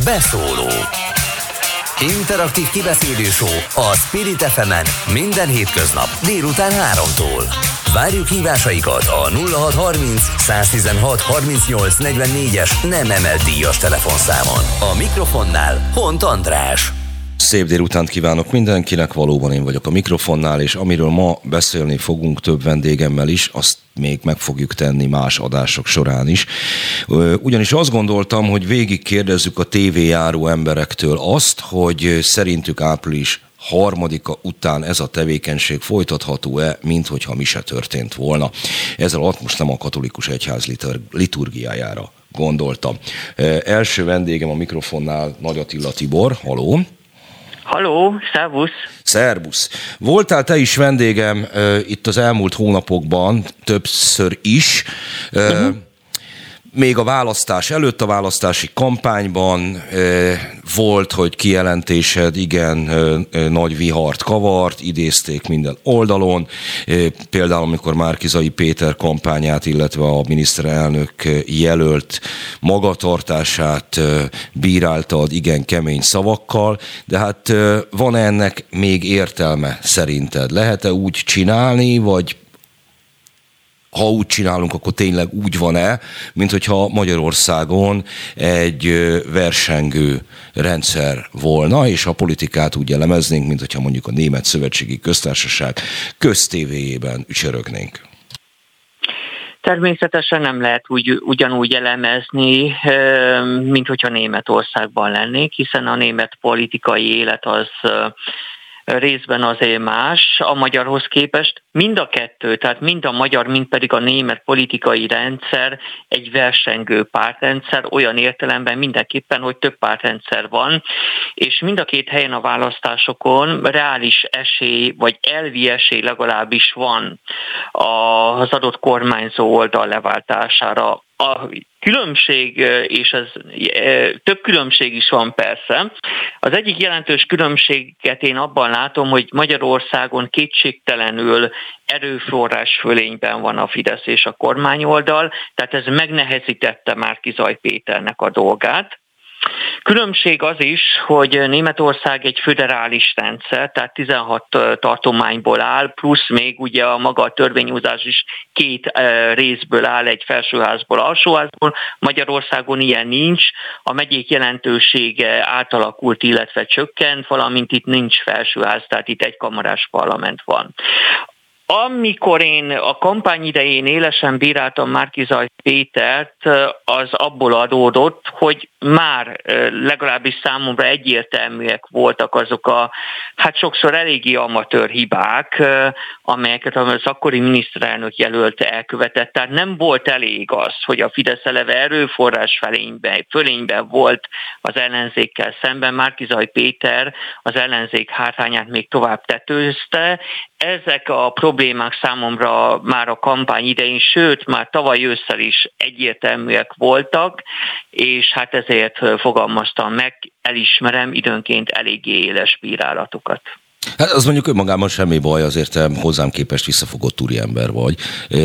Beszóló. Interaktív kibeszélő show a Spirit FM-en minden hétköznap délután 3-tól. Várjuk hívásaikat a 0630 116 38 44-es nem emelt díjas telefonszámon. A mikrofonnál Hont András. Szép délutánt kívánok mindenkinek, valóban én vagyok a mikrofonnál, és amiről ma beszélni fogunk több vendégemmel is, azt még meg fogjuk tenni más adások során is. Ugyanis azt gondoltam, hogy végig kérdezzük a tévéjáró emberektől azt, hogy szerintük április 3-a után ez a tevékenység folytatható-e, mint hogyha mi se történt volna. Ezzel alatt most nem a katolikus egyház liturgiájára gondoltam. Első vendégem a mikrofonnál Nagy Attila Tibor. Haló! Halló, szervusz! Szervusz! Voltál te is vendégem itt az elmúlt hónapokban, többször is, még a választás előtt, a választási kampányban volt, hogy kijelentésed igen nagy vihart kavart, idézték minden oldalon, például amikor Márki-Zay Péter kampányát, illetve a miniszterelnök jelölt magatartását bíráltad igen kemény szavakkal, de hát van ennek még értelme szerinted? Lehet-e úgy csinálni, vagy ha úgy csinálunk, akkor tényleg úgy van-e, mint hogyha Magyarországon egy versengő rendszer volna, és a politikát úgy elemeznénk, mint hogyha mondjuk a Német Szövetségi Köztársaság köztévéjében ücsörögnénk. Természetesen nem lehet ugyanúgy elemezni, mint hogyha Németországban lennék, hiszen a német politikai élet az részben azért más a magyarhoz képest. Mind a kettő, tehát mind a magyar, mind pedig a német politikai rendszer egy versengő pártrendszer, olyan értelemben mindenképpen, hogy több pártrendszer van, és mind a két helyen a választásokon reális esély, vagy elvi esély legalábbis van az adott kormányzó oldal leváltására. A különbség, és ez több különbség is van persze. Az egyik jelentős különbséget én abban látom, hogy Magyarországon kétségtelenül erőforrás fölényben van a Fidesz és a kormányoldal, tehát ez megnehezítette Márki-Zay Péternek a dolgát. Különbség az is, hogy Németország egy föderális rendszer, tehát 16 tartományból áll, plusz még ugye a maga a törvényhozás is 2 részből áll, egy felsőházból, alsóházból. Magyarországon ilyen nincs, a megyék jelentősége átalakult, illetve csökkent, valamint itt nincs felsőház, tehát itt egykamarás parlament van. Amikor én a kampány idején élesen bíráltam Márki-Zay Pétert, az abból adódott, hogy már legalábbis számomra egyértelműek voltak azok a, hát sokszor eléggé amatőr hibák, amelyeket az akkori miniszterelnök jelölt elkövetett. Tehát nem volt elég az, hogy a Fidesz eleve erőforrás fölényben volt az ellenzékkel szemben. Márki-Zay Péter az ellenzék hátrányát még tovább tetőzte. Ezek a problémák számomra már a kampány idején, sőt, már tavaly ősszel is egyértelműek voltak, és hát ezért fogalmaztam meg, elismerem időnként eléggé éles bírálatokat. Hát az mondjuk önmagában semmi baj, azért te hozzám képest visszafogott úriember vagy,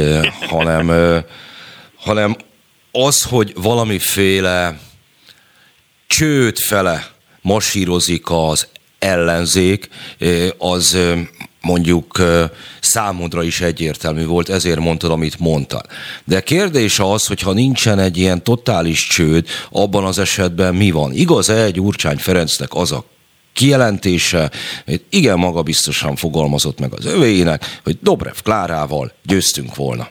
hanem az, hogy valamiféle csőd fele masírozik az ellenzék, az mondjuk számodra is egyértelmű volt, ezért mondtad, amit mondtad. De kérdés az, hogy ha nincsen egy ilyen totális csőd, abban az esetben mi van? Igaz-e Gyurcsány Ferencnek az a kijelentése, hogy igen magabiztosan fogalmazott meg az övéinek, hogy Dobrev Klárával győztünk volna?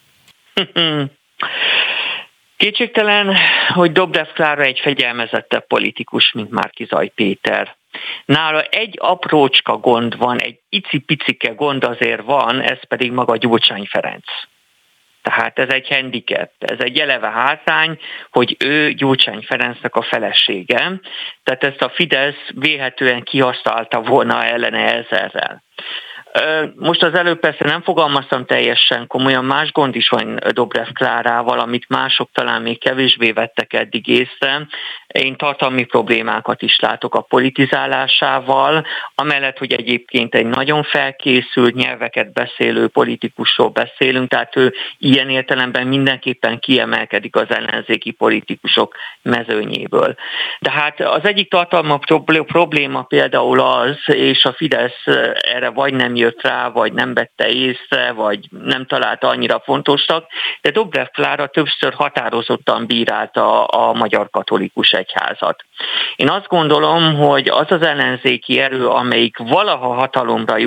Kétségtelen, hogy Dobrev Klára egy fegyelmezettebb politikus, mint Márki-Zay Péter. Nála egy aprócska gond van, egy icipicike gond azért van, ez pedig maga Gyurcsány Ferenc. Tehát ez egy handicap, ez egy eleve hátrány, hogy ő Gyurcsány Ferencnek a felesége, tehát ezt a Fidesz vélhetően kihasználta volna ellene ezerrel. Most az előbb persze nem fogalmaztam teljesen komolyan, más gond is van Dobrev Klárával, amit mások talán még kevésbé vettek eddig észre. Én tartalmi problémákat is látok a politizálásával, amellett, hogy egyébként egy nagyon felkészült, nyelveket beszélő politikusról beszélünk, tehát ő ilyen értelemben mindenképpen kiemelkedik az ellenzéki politikusok mezőnyéből. De hát az egyik tartalma probléma például az, és a Fidesz erre vagy nem jött rá, vagy nem vette észre, vagy nem találta annyira fontosnak, de Dobrev Klára többször határozottan bírálta a magyar katolikus egyházat. Én azt gondolom, hogy az az ellenzéki erő, amelyik valaha hatalomra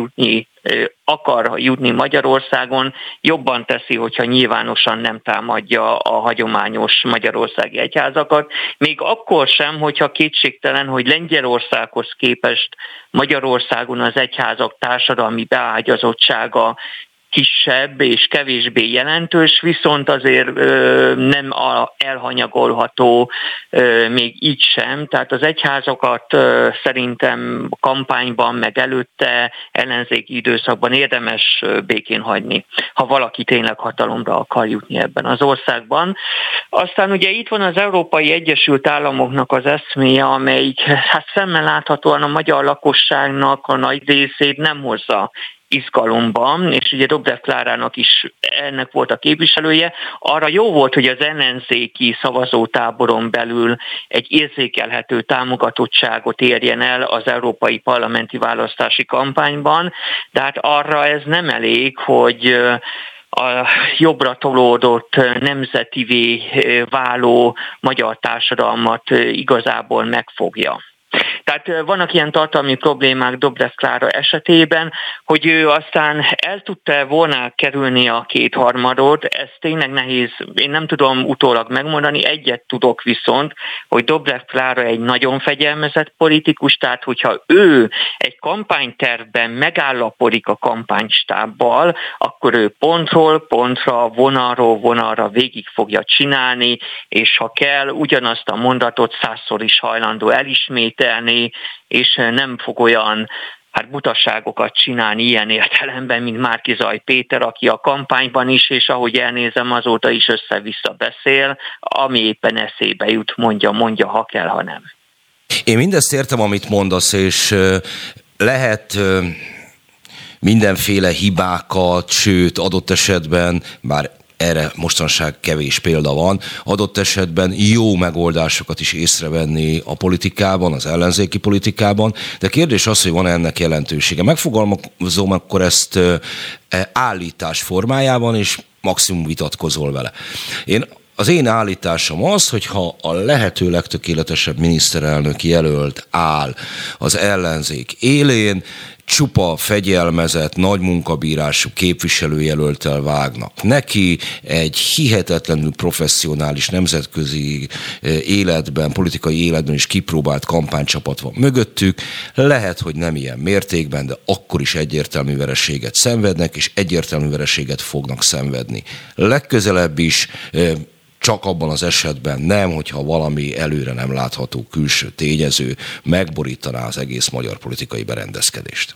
akar jutni Magyarországon, jobban teszi, hogyha nyilvánosan nem támadja a hagyományos magyarországi egyházakat, még akkor sem, hogyha kétségtelen, hogy Lengyelországhoz képest Magyarországon az egyházak társadalmi beágyazottsága kisebb és kevésbé jelentős, viszont azért nem elhanyagolható még így sem. Tehát az egyházakat szerintem kampányban, meg előtte ellenzéki időszakban érdemes békén hagyni, ha valaki tényleg hatalomra akar jutni ebben az országban. Aztán ugye itt van az Európai Egyesült Államoknak az eszméje, amelyik hát szemmel láthatóan a magyar lakosságnak a nagy részét nem hozza izgalomban, és ugye Dobrev Klárának is ennek volt a képviselője. Arra jó volt, hogy az ellenzéki szavazótáboron belül egy érzékelhető támogatottságot érjen el az európai parlamenti választási kampányban, de hát arra ez nem elég, hogy a jobbra tolódott, nemzetivé váló magyar társadalmat igazából megfogja. Tehát vannak ilyen tartalmi problémák Dobrev Klára esetében, hogy ő aztán el tudta volna kerülni a kétharmadot, ez tényleg nehéz, én nem tudom utólag megmondani, egyet tudok viszont, hogy Dobrev Klára egy nagyon fegyelmezett politikus, tehát hogyha ő egy kampánytervben megállapodik a kampánystábbal, akkor ő pontról pontra, vonalra végig fogja csinálni, és ha kell, ugyanazt a mondatot 100-szor is hajlandó elismételni, és nem fog olyan butasságokat csinálni ilyen értelemben, mint Márki-Zay Péter, aki a kampányban is, és ahogy elnézem, azóta is össze-vissza beszél, ami éppen eszébe jut, mondja, ha kell, ha nem. Én mindezt értem, amit mondasz, és lehet mindenféle hibákat, sőt, adott esetben, bár erre mostanság kevés példa van, adott esetben jó megoldásokat is észrevenni a politikában, az ellenzéki politikában, de kérdés az, hogy van ennek jelentősége. Megfogalmazom akkor ezt állítás formájában, és maximum vitatkozol vele. Az én állításom az, hogy ha a lehető legtökéletesebb miniszterelnök jelölt áll az ellenzék élén, csupa fegyelmezett, nagy munkabírású képviselőjelölttel vágnak neki, egy hihetetlenül professzionális nemzetközi életben, politikai életben is kipróbált kampánycsapat van mögöttük, lehet, hogy nem ilyen mértékben, de akkor is egyértelmű vereséget szenvednek, és egyértelmű vereséget fognak szenvedni. Legközelebb is csak abban az esetben nem, hogyha valami előre nem látható külső tényező megborítaná az egész magyar politikai berendezkedést.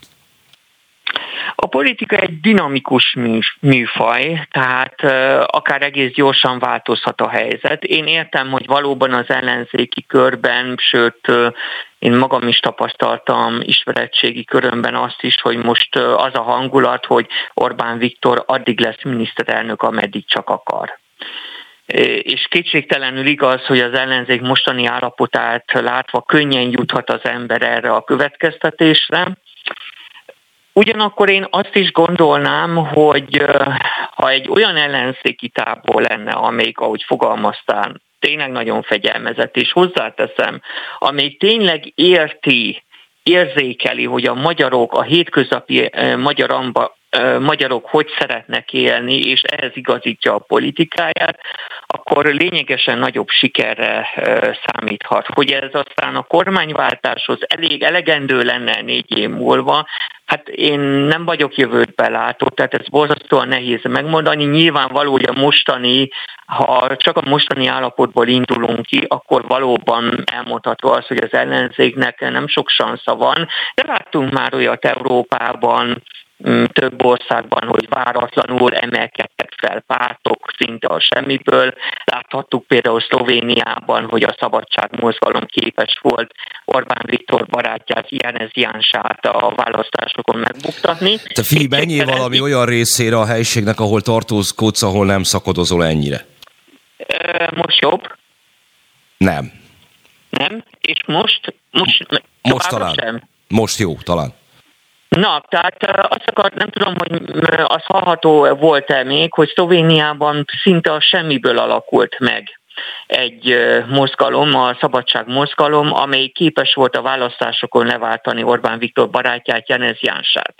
A politika egy dinamikus műfaj, tehát akár egész gyorsan változhat a helyzet. Én értem, hogy valóban az ellenzéki körben, sőt, én magam is tapasztaltam ismeretségi körömben azt is, hogy most az a hangulat, hogy Orbán Viktor addig lesz miniszterelnök, ameddig csak akar. És kétségtelenül igaz, hogy az ellenzék mostani állapotát látva könnyen juthat az ember erre a következtetésre. Ugyanakkor én azt is gondolnám, hogy ha egy olyan ellenzéki tábor lenne, amelyik, ahogy fogalmaztál, tényleg nagyon fegyelmezett, és hozzáteszem, amelyik tényleg érzékeli, hogy a magyarok, a hétköznapi magyarok hogy szeretnek élni, és ehhez igazítja a politikáját, akkor lényegesen nagyobb sikerre számíthat. Hogy ez aztán a kormányváltáshoz elegendő lenne 4 év múlva, Hát én nem vagyok jövőt látó, tehát ez borzasztóan nehéz megmondani. Nyilvánvaló, hogy ha csak a mostani állapotból indulunk ki, akkor valóban elmondható az, hogy az ellenzéknek nem sok sansza van. De láttunk már olyat Európában, több országban, hogy váratlanul emelkedtek fel pártok szinte a semmiből. Láthattuk például Szlovéniában, hogy a szabadságmozgalom képes volt Orbán Viktor barátját, Janez Jánsát a választásokon megbuktatni. Te figyelj, menjél valami olyan részére a helységnek, ahol tartózkodsz, ahol nem szakadozol ennyire. Most jobb? Nem. Nem? És most talán. Sem? Most jó, talán. Na, tehát nem tudom, hogy az hallható volt-e még, hogy Szlovéniában szinte a semmiből alakult meg egy mozgalom, a szabadságmozgalom, amely képes volt a választásokon leváltani Orbán Viktor barátját, Janez Jánsát.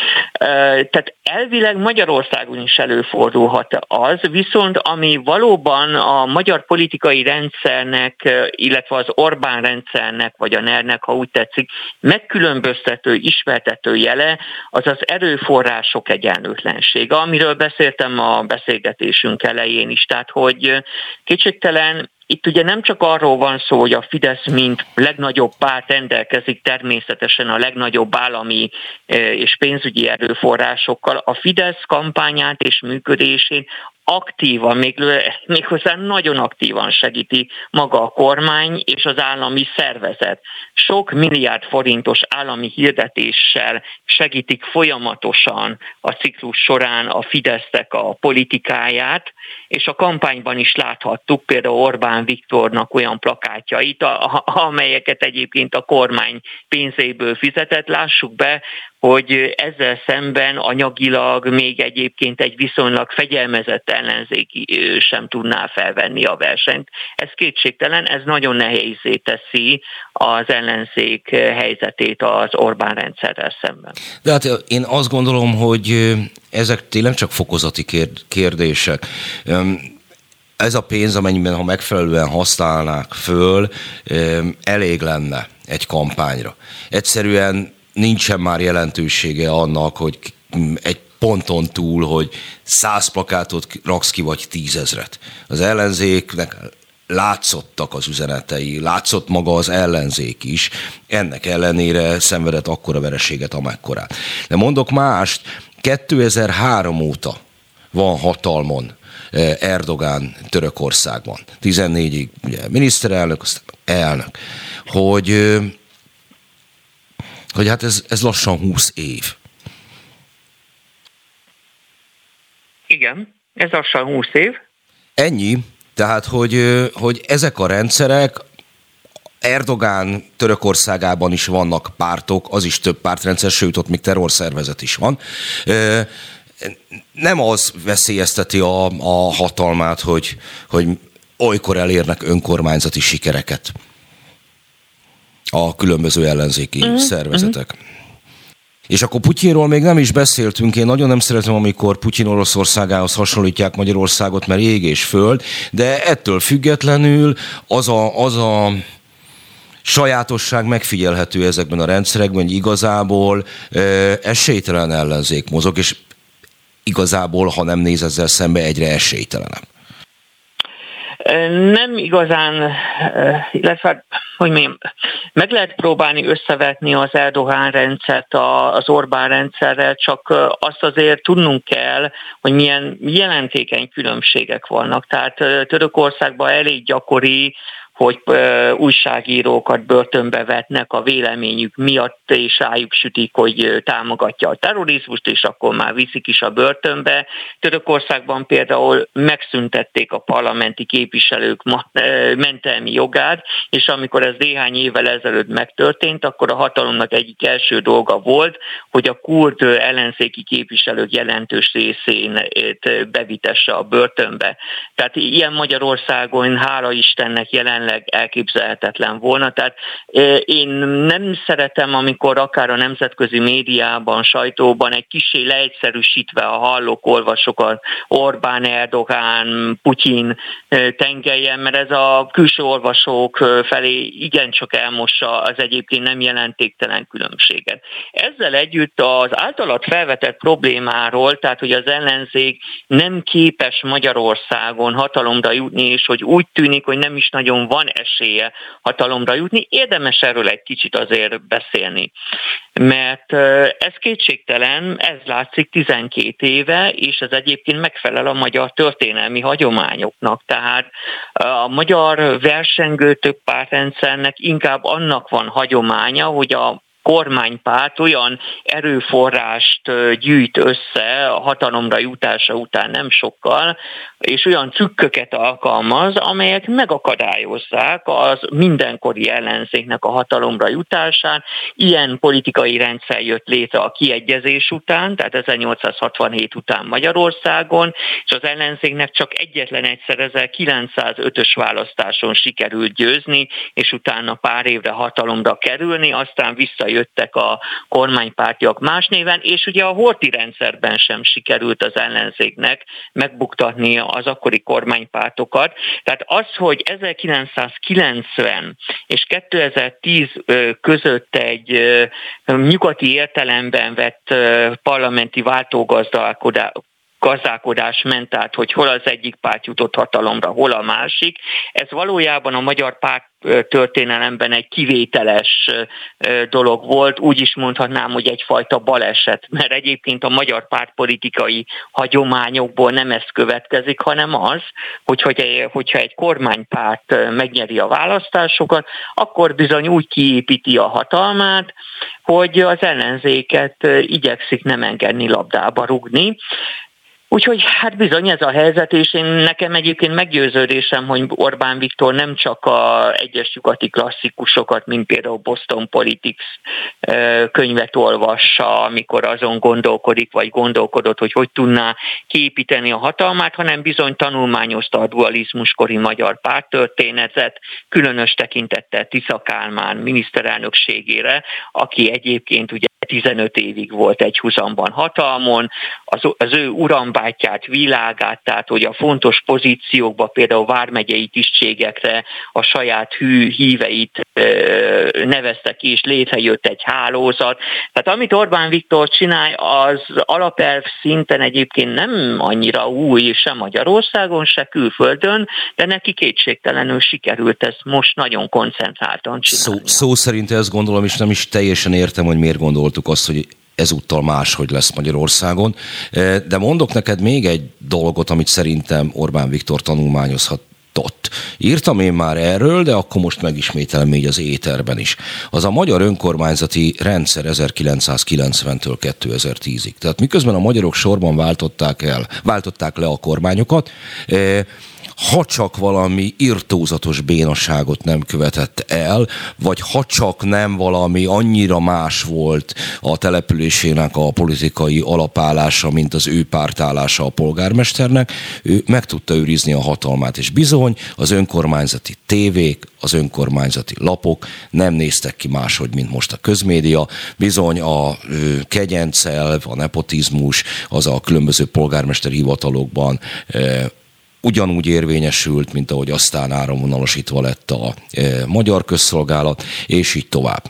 Tehát elvileg Magyarországon is előfordulhat az, viszont ami valóban a magyar politikai rendszernek, illetve az Orbán rendszernek, vagy a NER-nek, ha úgy tetszik, megkülönböztető, ismertető jele, az az erőforrások egyenlőtlensége, amiről beszéltem a beszélgetésünk elején is, tehát hogy kétségtelen itt ugye nem csak arról van szó, hogy a Fidesz mint legnagyobb párt rendelkezik természetesen a legnagyobb állami és pénzügyi erőforrásokkal. A Fidesz kampányát és működésén aktívan, méghozzá nagyon aktívan segíti maga a kormány és az állami szervezet. Sok milliárd forintos állami hirdetéssel segítik folyamatosan a ciklus során a Fidesznek a politikáját, és a kampányban is láthattuk például Orbán Viktornak olyan plakátjait, amelyeket egyébként a kormány pénzéből fizetett. Lássuk be, hogy ezzel szemben anyagilag még egyébként egy viszonylag fegyelmezett ellenzéki sem tudná felvenni a versenyt. Ez kétségtelen, ez nagyon nehézzé teszi az ellenzék helyzetét az Orbán rendszerrel szemben. De hát én azt gondolom, hogy ezek tényleg csak fokozati kérdések. Ez a pénz, amennyiben, ha megfelelően használnák föl, elég lenne egy kampányra. Egyszerűen nincsen már jelentősége annak, hogy egy ponton túl, hogy 100 plakátot raksz ki, vagy 10 000. Az ellenzéknek látszottak az üzenetei, látszott maga az ellenzék is, ennek ellenére szenvedett akkora vereséget, amekkorát. De mondok mást, 2003 óta van hatalmon Erdogán Törökországban. 14-ig ugye miniszterelnök, aztán elnök. Hogy hát ez lassan 20 év. Igen, ez lassan 20 év. Ennyi, tehát hogy ezek a rendszerek, Erdogán Törökországában is vannak pártok, az is több pártrendszer, sőt ott még terrorszervezet is van. Nem az veszélyezteti a hatalmát, hogy olykor elérnek önkormányzati sikereket a különböző ellenzéki szervezetek. És akkor Putyinról még nem is beszéltünk. Én nagyon nem szeretem, amikor Putyin Oroszországához hasonlítják Magyarországot, mert ég és föld, de ettől függetlenül az a sajátosság megfigyelhető ezekben a rendszerekben, hogy igazából esélytelen ellenzék mozog, és igazából, ha nem néz ezzel szembe, egyre esélytelenebb. Nem igazán, illetve, hogy mondjam, meg lehet próbálni összevetni az Erdogán rendszert az Orbán rendszerrel, csak azt azért tudnunk kell, hogy milyen jelentékeny különbségek vannak. Tehát Törökországban elég gyakori, hogy újságírókat börtönbe vetnek a véleményük miatt, és rájuk sütik, hogy támogatja a terrorizmust, és akkor már viszik is a börtönbe. Törökországban például megszüntették a parlamenti képviselők mentelmi jogát, és amikor ez néhány évvel ezelőtt megtörtént, akkor a hatalomnak egyik első dolga volt, hogy a kurd ellenzéki képviselők jelentős részét bevitesse a börtönbe. Tehát ilyen Magyarországon, hála Istennek jelenleg valószínűleg elképzelhetetlen volna. Tehát én nem szeretem, amikor akár a nemzetközi médiában, sajtóban egy kissé leegyszerűsítve a hallok, olvasok a Orbán, Erdogán, Putyin tengelyen, mert ez a külső olvasók felé igencsak elmossa az egyébként nem jelentéktelen különbséget. Ezzel együtt az általad felvetett problémáról, tehát hogy az ellenzék nem képes Magyarországon hatalomra jutni, és hogy úgy tűnik, hogy nem is nagyon van esélye hatalomra jutni, érdemes erről egy kicsit azért beszélni. Mert ez kétségtelen, ez látszik 12 éve, és ez egyébként megfelel a magyar történelmi hagyományoknak. Tehát a magyar versengő többpártrendszernek inkább annak van hagyománya, hogy a kormánypárt olyan erőforrást gyűjt össze a hatalomra jutása után nem sokkal, és olyan trükköket alkalmaz, amelyek megakadályozzák az mindenkori ellenzéknek a hatalomra jutásán. Ilyen politikai rendszer jött létre a kiegyezés után, tehát 1867 után Magyarországon, és az ellenzéknek csak egyetlen egyszer 1905-ös választáson sikerült győzni, és utána pár évre hatalomra kerülni, aztán visszajöttek a kormánypártiak más néven, és ugye a Horthy rendszerben sem sikerült az ellenzéknek megbuktatni az akkori kormánypártokat. Tehát az, hogy 1990 és 2010 között egy nyugati értelemben vett parlamenti gazdálkodás ment át, hogy hol az egyik párt jutott hatalomra, hol a másik. Ez valójában a magyar párt történelemben egy kivételes dolog volt, úgy is mondhatnám, hogy egyfajta baleset, mert egyébként a magyar pártpolitikai hagyományokból nem ez következik, hanem az, hogyha egy kormánypárt megnyeri a választásokat, akkor bizony úgy kiépíti a hatalmát, hogy az ellenzéket igyekszik nem engedni labdába rúgni. Úgyhogy hát bizony ez a helyzet, és nekem egyébként meggyőződésem, hogy Orbán Viktor nem csak a egyes nyugati klasszikusokat, mint például Boston Politics könyvet olvassa, amikor azon gondolkodik, vagy gondolkodott, hogy tudná kiépíteni a hatalmát, hanem bizony tanulmányozta a dualizmuskori magyar párttörténetet, különös tekintettel Tisza Kálmán miniszterelnökségére, aki egyébként ugye 15 évig volt egyhuzamban hatalmon, az ő urambátyját, világát, tehát hogy a fontos pozíciókba, például vármegyei tisztségekre a saját híveit nevezte ki, és létrejött egy hálózat. Tehát amit Orbán Viktor csinál, az alapelv szinten egyébként nem annyira új, sem Magyarországon, se külföldön, de neki kétségtelenül sikerült ezt most nagyon koncentráltan csinálni. Szó szerint ezt gondolom, és nem is teljesen értem, hogy miért gondoltuk azt, hogy ezúttal máshogy lesz Magyarországon. De mondok neked még egy dolgot, amit szerintem Orbán Viktor tanulmányozhat. Írtam én már erről, de akkor most megismételem így az éterben is. Az a magyar önkormányzati rendszer 1990-től 2010-ig. Tehát miközben a magyarok sorban váltották le a kormányokat, ha csak valami irtózatos bénasságot nem követett el, vagy ha csak nem valami annyira más volt a településének a politikai alapállása, mint az ő pártállása a polgármesternek, ő meg tudta őrizni a hatalmát, és bizony az önkormányzati tévék, az önkormányzati lapok nem néztek ki máshogy, mint most a közmédia. Bizony a kegyencelv, a nepotizmus, az a különböző polgármesteri hivatalokban ugyanúgy érvényesült, mint ahogy aztán áramvonalasítva lett a magyar közszolgálat, és így tovább.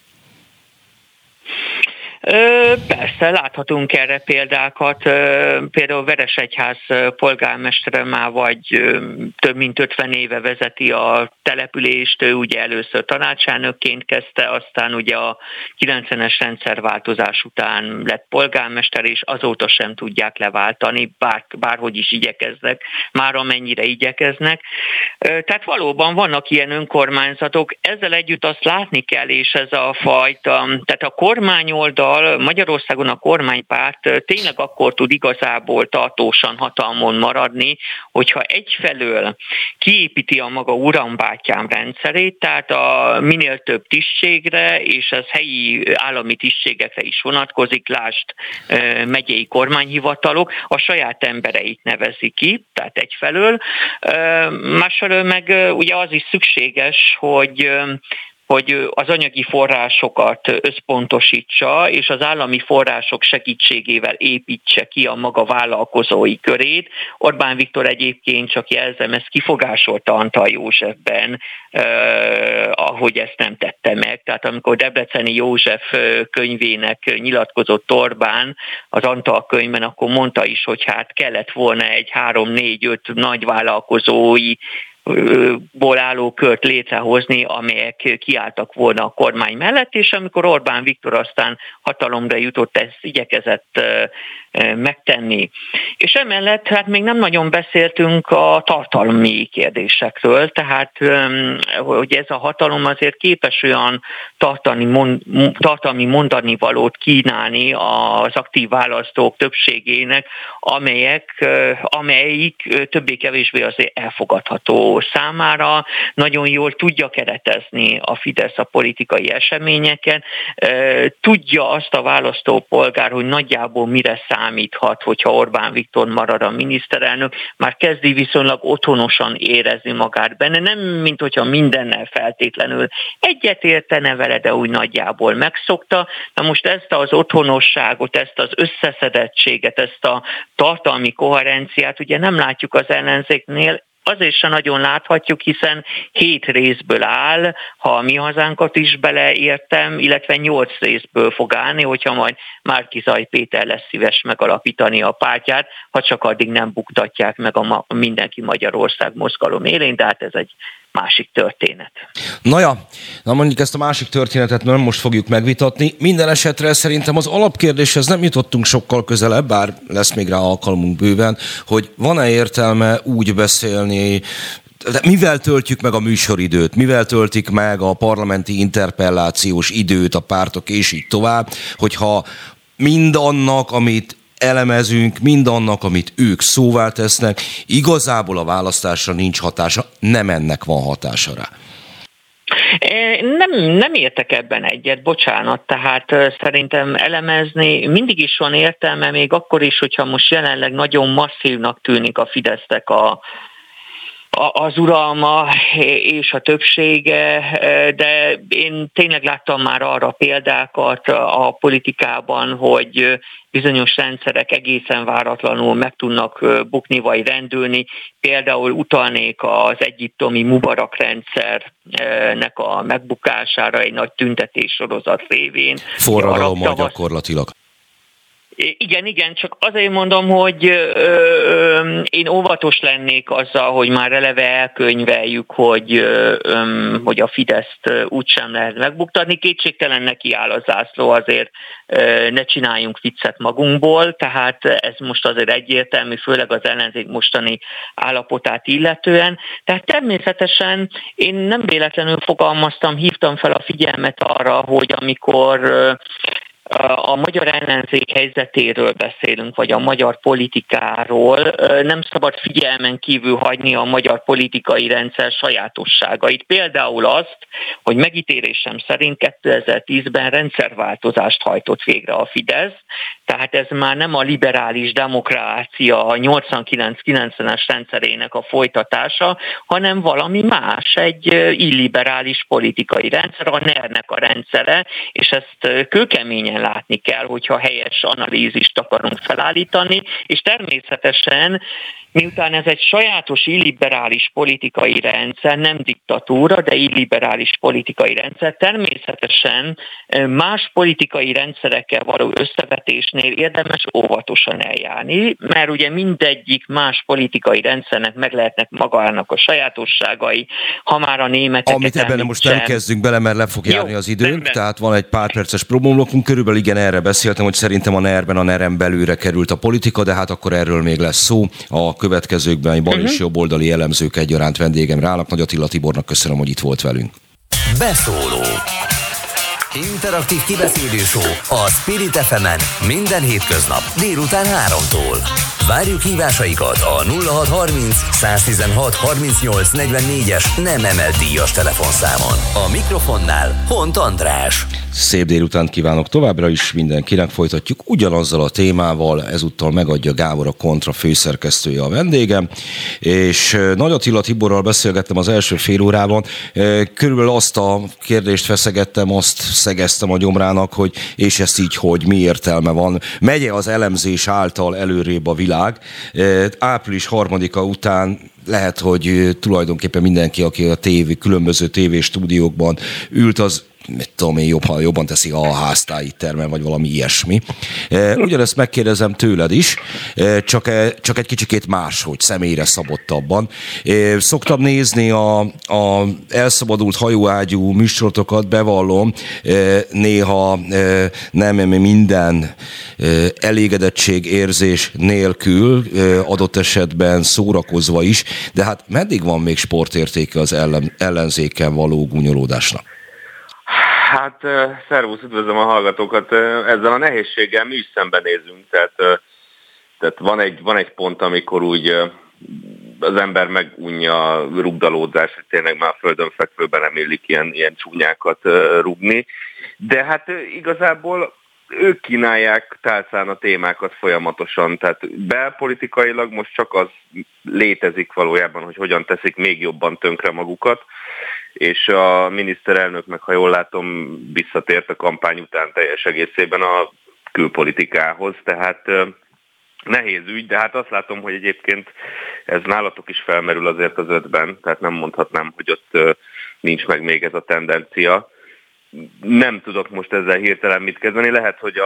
Persze, láthatunk erre példákat. Például Veresegyház polgármestere már vagy több mint 50 éve vezeti a települést, ő ugye először tanácselnökként kezdte, aztán ugye a 90-es rendszerváltozás után lett polgármester, és azóta sem tudják leváltani, bárhogy is igyekeznek, már amennyire igyekeznek. Tehát valóban vannak ilyen önkormányzatok, ezzel együtt azt látni kell, és ez a fajta, tehát a kormányoldal Szóval Magyarországon a kormánypárt tényleg akkor tud igazából tartósan hatalmon maradni, hogyha egyfelől kiépíti a maga urambátyám rendszerét, tehát a minél több tisztségre, és ez helyi állami tisztségekre is vonatkozik, lásd megyei kormányhivatalok, a saját embereit nevezi ki, tehát egyfelől. Másfelől meg ugye az is szükséges, hogy az anyagi forrásokat összpontosítsa, és az állami források segítségével építse ki a maga vállalkozói körét. Orbán Viktor egyébként, csak jelzem, ezt kifogásolta Antal Józsefben, ahogy ezt nem tette meg. Tehát amikor Debreceni József könyvének nyilatkozott Orbán az Antal könyvben, akkor mondta is, hogy hát kellett volna egy 3-4-5 nagy vállalkozói ból álló kört létrehozni, amelyek kiálltak volna a kormány mellett, és amikor Orbán Viktor aztán hatalomra jutott, ezt igyekezett megtenni. És emellett hát még nem nagyon beszéltünk a tartalmi kérdésekről, tehát hogy ez a hatalom azért képes olyan tartalmi mondani valót kínálni az aktív választók többségének, amelyik többé-kevésbé azért elfogadható számára, nagyon jól tudja keretezni a Fidesz a politikai eseményeken, tudja azt a választópolgár, hogy nagyjából mire számíthat, hogyha Orbán Viktor marad a miniszterelnök, már kezdi viszonylag otthonosan érezni magát benne, nem mint hogyha mindennel feltétlenül egyetértene vele, de úgy nagyjából megszokta. Na most ezt az otthonosságot, ezt az összeszedettséget, ezt a tartalmi koherenciát ugye nem látjuk az ellenzéknél, azért sem nagyon láthatjuk, hiszen 7 részből áll, ha a Mi Hazánkat is beleértem, illetve 8 részből fog állni, hogyha majd Márki-Zay Péter lesz szíves megalapítani a pártját, ha csak addig nem buktatják meg a Mindenki Magyarország mozgalom élén, de hát ez egy másik történet. Na mondjuk ezt a másik történetet nem most fogjuk megvitatni. Minden esetre szerintem az alapkérdéshez nem jutottunk sokkal közelebb, bár lesz még rá alkalmunk bőven, hogy van-e értelme úgy beszélni, de mivel töltjük meg a műsoridőt, mivel töltik meg a parlamenti interpellációs időt a pártok, és így tovább, hogyha mindannak, amit elemezünk, mindannak, amit ők szóvá tesznek, igazából a választásra nincs hatása, nem ennek van hatása rá. Nem értek ebben egyet, bocsánat, tehát szerintem elemezni mindig is van értelme, még akkor is, hogyha most jelenleg nagyon masszívnak tűnik a Fidesznek az uralma és a többsége, de én tényleg láttam már arra példákat a politikában, hogy bizonyos rendszerek egészen váratlanul meg tudnak bukni vagy rendülni. Például utalnék az egyiptomi Mubarak rendszernek a megbukására egy nagy tüntetéssorozat révén. Forradalommal gyakorlatilag. Igen, csak azért mondom, hogy én óvatos lennék azzal, hogy már eleve elkönyveljük, hogy a Fideszt úgysem lehet megbuktatni. Kétségtelen neki áll a zászló, azért ne csináljunk viccet magunkból, tehát ez most azért egyértelmű, főleg az ellenzék mostani állapotát illetően. Tehát természetesen én nem véletlenül hívtam fel a figyelmet arra, hogy amikor a magyar ellenzék helyzetéről beszélünk, vagy a magyar politikáról, nem szabad figyelmen kívül hagyni a magyar politikai rendszer sajátosságait. Például azt, hogy megítélésem szerint 2010-ben rendszerváltozást hajtott végre a Fidesz, tehát ez már nem a liberális demokrácia a 89-90-es rendszerének a folytatása, hanem valami más, egy illiberális politikai rendszer, a NER-nek a rendszere, és ezt kőkeményen látni kell, hogyha helyes analízist akarunk felállítani, és természetesen miután ez egy sajátos illiberális politikai rendszer, nem diktatúra, de illiberális politikai rendszer, természetesen más politikai rendszerekkel való összevetésnél érdemes óvatosan eljárni, mert ugye mindegyik más politikai rendszernek meg lehetnek magának a sajátosságai, ha már a németeket... Amit ebben most nem kezdünk bele, mert le fog járni az időnk, tehát van egy pár perces próbálóblokunk, körülbelül igen, erre beszéltem, hogy szerintem a NER-ben, a NER-en belülre került a politika, de hát akkor erről még lesz szó. A következőkben bal és jobboldali elemzők egyaránt vendégemre állnak. Nagy Attila Tibornak köszönöm, hogy itt volt velünk. Beszóló. Interaktív kibeszélő show a Spirit FM-en minden hétköznap délután 3-tól. Várjuk hívásaikat a 0630 116 38 44-es nem emelt díjas telefonszámon. A mikrofonnál Hont András. Szép délutánt kívánok továbbra is mindenkinek, folytatjuk ugyanazzal a témával, ezúttal megadja Gábor a Kontra főszerkesztője a vendégem, és Nagy Attila Tiborral beszélgettem az első fél órában, körülbelül azt a kérdést feszegettem, azt szegeztem a gyomrának, hogy és ezt így, hogy mi értelme van. Megye az elemzés által előrébb a világ. Április 3-a után lehet, hogy tulajdonképpen mindenki, aki a különböző tévéstúdiókban ült, az mit tudom én, jobban teszi a háztáji termen, vagy valami ilyesmi. Ugyanezt megkérdezem tőled is, csak egy kicsikét máshogy, személyre szabottabban. Szoktam nézni a elszabadult hajóágyú műsorotokat, bevallom, néha nem minden elégedetségérzés nélkül, adott esetben szórakozva is, de hát meddig van még sportértéke az ellenzéken való gúnyolódásnak? Hát, szervusz, üdvözlöm a hallgatókat. Ezzel a nehézséggel mi is szembenézünk, tehát van egy pont, amikor úgy az ember megunja a rugdalódás, hogy tényleg már a földön fekvőben nem illik ilyen csúnyákat rugni, de hát igazából ők kínálják tálcán a témákat folyamatosan, tehát belpolitikailag most csak az létezik valójában, hogy hogyan teszik még jobban tönkre magukat, és a miniszterelnök meg, ha jól látom, visszatért a kampány után teljes egészében a külpolitikához, tehát nehéz ügy, de hát azt látom, hogy egyébként ez nálatok is felmerül azért az 5-ben, tehát nem mondhatnám, hogy ott nincs meg még ez a tendencia. Nem tudok most ezzel hirtelen mit kezdeni, lehet, hogy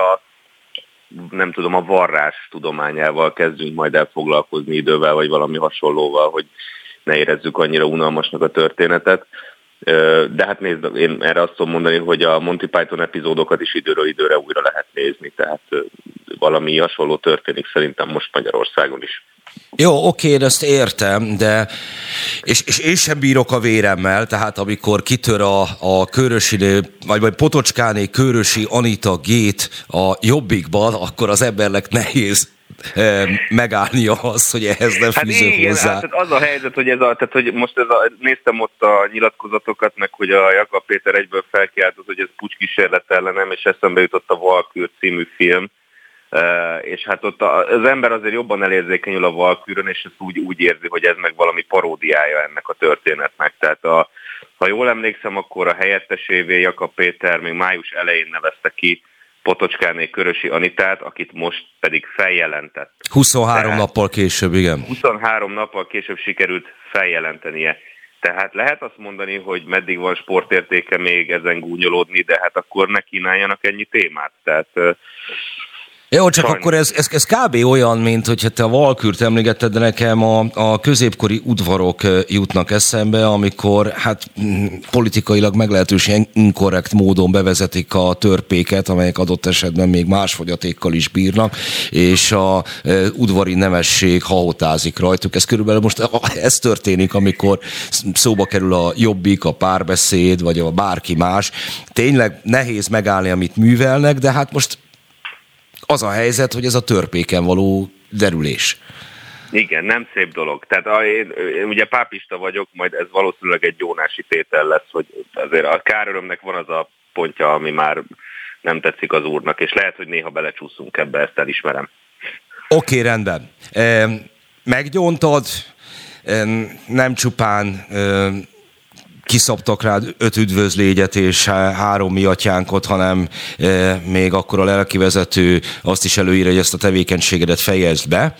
a varrás tudományával kezdünk majd el foglalkozni idővel, vagy valami hasonlóval, hogy ne érezzük annyira unalmasnak a történetet. De hát nézd, én erre azt tudom mondani, hogy a Monty Python epizódokat is időről időre újra lehet nézni, tehát valami hasonló történik szerintem most Magyarországon is. Jó, oké, én ezt értem, de és én sem bírok a véremmel, tehát amikor kitör a Körösi, vagy Potocskáné Körösi Anita gét a Jobbikban, akkor az embernek nehéz megállnia azt, hogy ehhez nem fűzök hozzá. Hát az a helyzet, hogy néztem ott a nyilatkozatokat, meg hogy a Jakab Péter egyből felkiáltott, hogy ez pucskísérlet ellenem, és eszembe jutott a Valkür című film, és hát ott az ember azért jobban elérzékenyül a Valkürön, és ezt úgy érzi, hogy ez meg valami paródiája ennek a történetnek. Tehát ha jól emlékszem, akkor a helyettesévé Jakab Péter még május elején nevezte ki Potocskáné Körösi Anitát, akit most pedig feljelentett. 23 nappal később, igen. 23 nappal később sikerült feljelentenie. Tehát lehet azt mondani, hogy meddig van sportértéke még ezen gúnyolódni, de hát akkor ne kínáljanak ennyi témát. Tehát jó, csak akkor ez kb. Olyan, mint hogyha te a Valkürt emlégetted, de nekem a középkori udvarok jutnak eszembe, amikor hát politikailag meglehetősen inkorrekt módon bevezetik a törpéket, amelyek adott esetben még más fogyatékkal is bírnak, és a udvari nemesség hahotázik rajtuk. Ez körülbelül most ez történik, amikor szóba kerül a Jobbik, a Párbeszéd, vagy a bárki más. Tényleg nehéz megállni, amit művelnek, de hát most az a helyzet, hogy ez a törpéken való derülés. Igen, nem szép dolog. Tehát én ugye pápista vagyok, majd ez valószínűleg egy jónási tétel lesz, hogy azért a kárörömnek van az a pontja, ami már nem tetszik az úrnak, és lehet, hogy néha belecsúszunk ebbe, ezt elismerem. Oké, rendben. Meggyóntad, nem csupán kiszabtak rád 5 üdvözlégyet és 3 mi atyánkot, hanem még akkor a lelkivezető azt is előírja, hogy ezt a tevékenységedet fejezd be.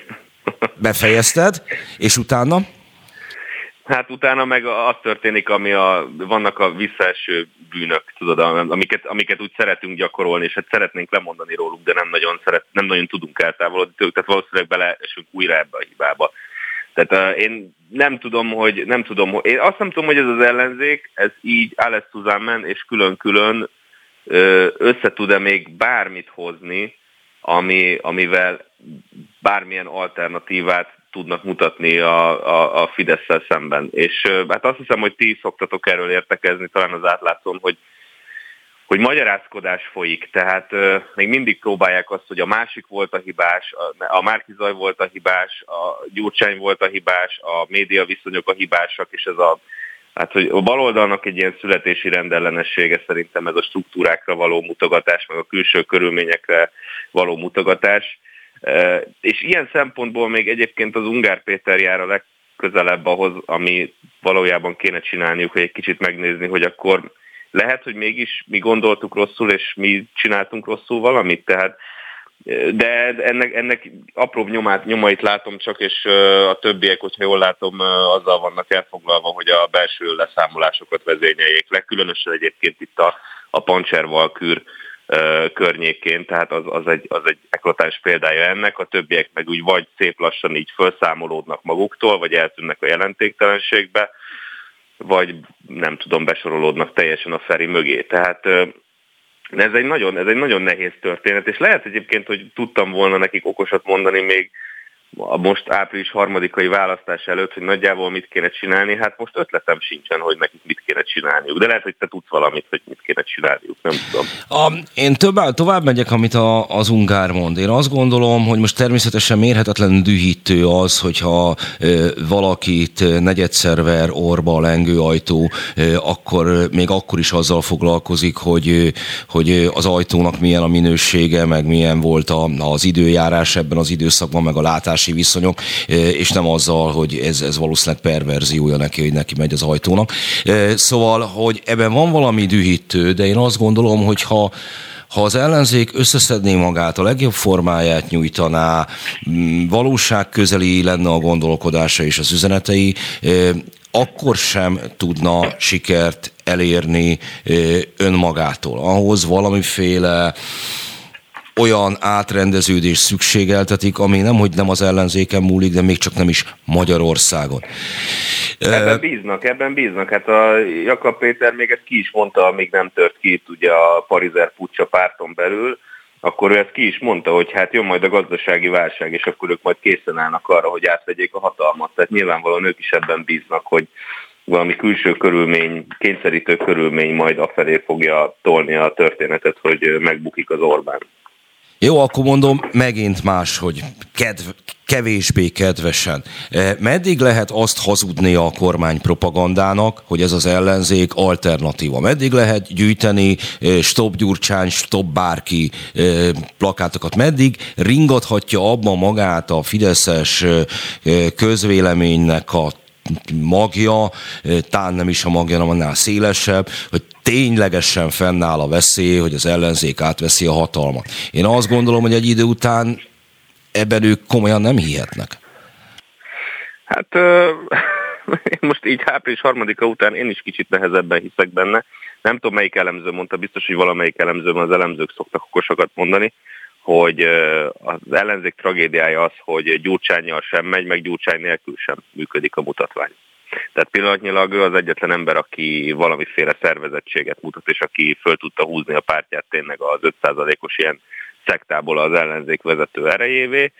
Befejezted, és utána? Hát utána meg az történik, vannak a visszaeső bűnök, tudod, amiket úgy szeretünk gyakorolni, és hát szeretnénk lemondani róluk, de nem nagyon tudunk eltávolodni tőlük, tehát valószínűleg beleesünk újra ebbe a hibába. Tehát én nem tudom, hogy én azt nem tudom, hogy ez az ellenzék, ez így alles zusammen és külön-külön össze tud-e még bármit hozni, amivel bármilyen alternatívát tudnak mutatni a Fidesszel szemben. És hát azt hiszem, hogy ti szoktatok erről értekezni, talán az átlátszón, hogy magyarázkodás folyik, tehát még mindig próbálják azt, hogy a másik volt a hibás, a Márki-Zay volt a hibás, a Gyurcsány volt a hibás, a média viszonyok a hibásak, és hát, hogy a baloldalnak egy ilyen születési rendellenessége szerintem ez a struktúrákra való mutogatás, meg a külső körülményekre való mutogatás. És ilyen szempontból még egyébként az Ungár Péter jár a legközelebb ahhoz, ami valójában kéne csinálniuk, hogy egy kicsit megnézni, hogy akkor lehet, hogy mégis mi gondoltuk rosszul, és mi csináltunk rosszul valamit, tehát de ennek apróbb nyomait látom csak, és a többiek, hogyha jól látom, azzal vannak elfoglalva, hogy a belső leszámolásokat vezényeljék le, különösen egyébként itt a Pancser-Valkür környékén, tehát az egy eklatáns példája ennek, a többiek meg úgy vagy szép lassan így felszámolódnak maguktól, vagy eltűnnek a jelentéktelenségbe, vagy nem tudom, besorolódnak teljesen a Feri mögé. Tehát ez egy nagyon nehéz történet, és lehet egyébként, hogy tudtam volna nekik okosat mondani még a most április 3-ai választás előtt, hogy nagyjából mit kéne csinálni, hát most ötletem sincsen, hogy nekik mit kéne csinálniuk. De lehet, hogy te tudsz valamit, hogy mit kéne csinálniuk, nem tudom. Én tovább megyek, amit az Ungár mond. Én azt gondolom, hogy most természetesen mérhetetlen dühítő az, hogyha valakit negyedszerver, orba, lengőajtó, még akkor is azzal foglalkozik, hogy az ajtónak milyen a minősége, meg milyen volt az időjárás ebben az időszakban, meg a látás viszonyok, és nem azzal, hogy ez valószínűleg perverziója neki, hogy neki megy az ajtónak. Szóval, hogy ebben van valami dühítő, de én azt gondolom, hogy ha az ellenzék összeszedné magát, a legjobb formáját nyújtaná, valóságközeli lenne a gondolkodása és az üzenetei, akkor sem tudna sikert elérni önmagától. Ahhoz valamiféle olyan átrendeződés szükségeltetik, ami nem az ellenzéken múlik, de még csak nem is Magyarországon. Ebben bíznak. Hát a Jakab Péter még ezt ki is mondta, amíg nem tört ki itt ugye a parizer puccs a párton belül, akkor ő ezt ki is mondta, hogy hát jön majd a gazdasági válság, és akkor ők majd készen állnak arra, hogy átvegyék a hatalmat. Tehát nyilvánvalóan ők is ebben bíznak, hogy valami külső körülmény, kényszerítő körülmény majd afelé fogja tolni a történetet, hogy megbukik az Orbán. Jó, akkor mondom megint más, hogy kevésbé kedvesen. Meddig lehet azt hazudni a kormány propagandának, hogy ez az ellenzék alternatíva? Meddig lehet gyűjteni stop Gyurcsány, stop bárki plakátokat? Meddig ringathatja abban magát a fideszes közvéleménynek a magja, tán nem is a magja, hanem annál szélesebb, hogy ténylegesen fennáll a veszély, hogy az ellenzék átveszi a hatalmat. Én azt gondolom, hogy egy idő után ebben ők komolyan nem hihetnek. Hát most így április 3-a után én is kicsit nehezebben hiszek benne. Nem tudom, melyik elemző mondta, biztos, hogy valamelyik elemzőben az elemzők szoktak okosakat mondani, hogy az ellenzék tragédiája az, hogy Gyurcsánnyal sem megy, meg Gyurcsány nélkül sem működik a mutatvány. Tehát pillanatnyilag ő az egyetlen ember, aki valamiféle szervezettséget mutat, és aki föl tudta húzni a pártját tényleg az 5%-os ilyen szektából az ellenzék vezető erejévé.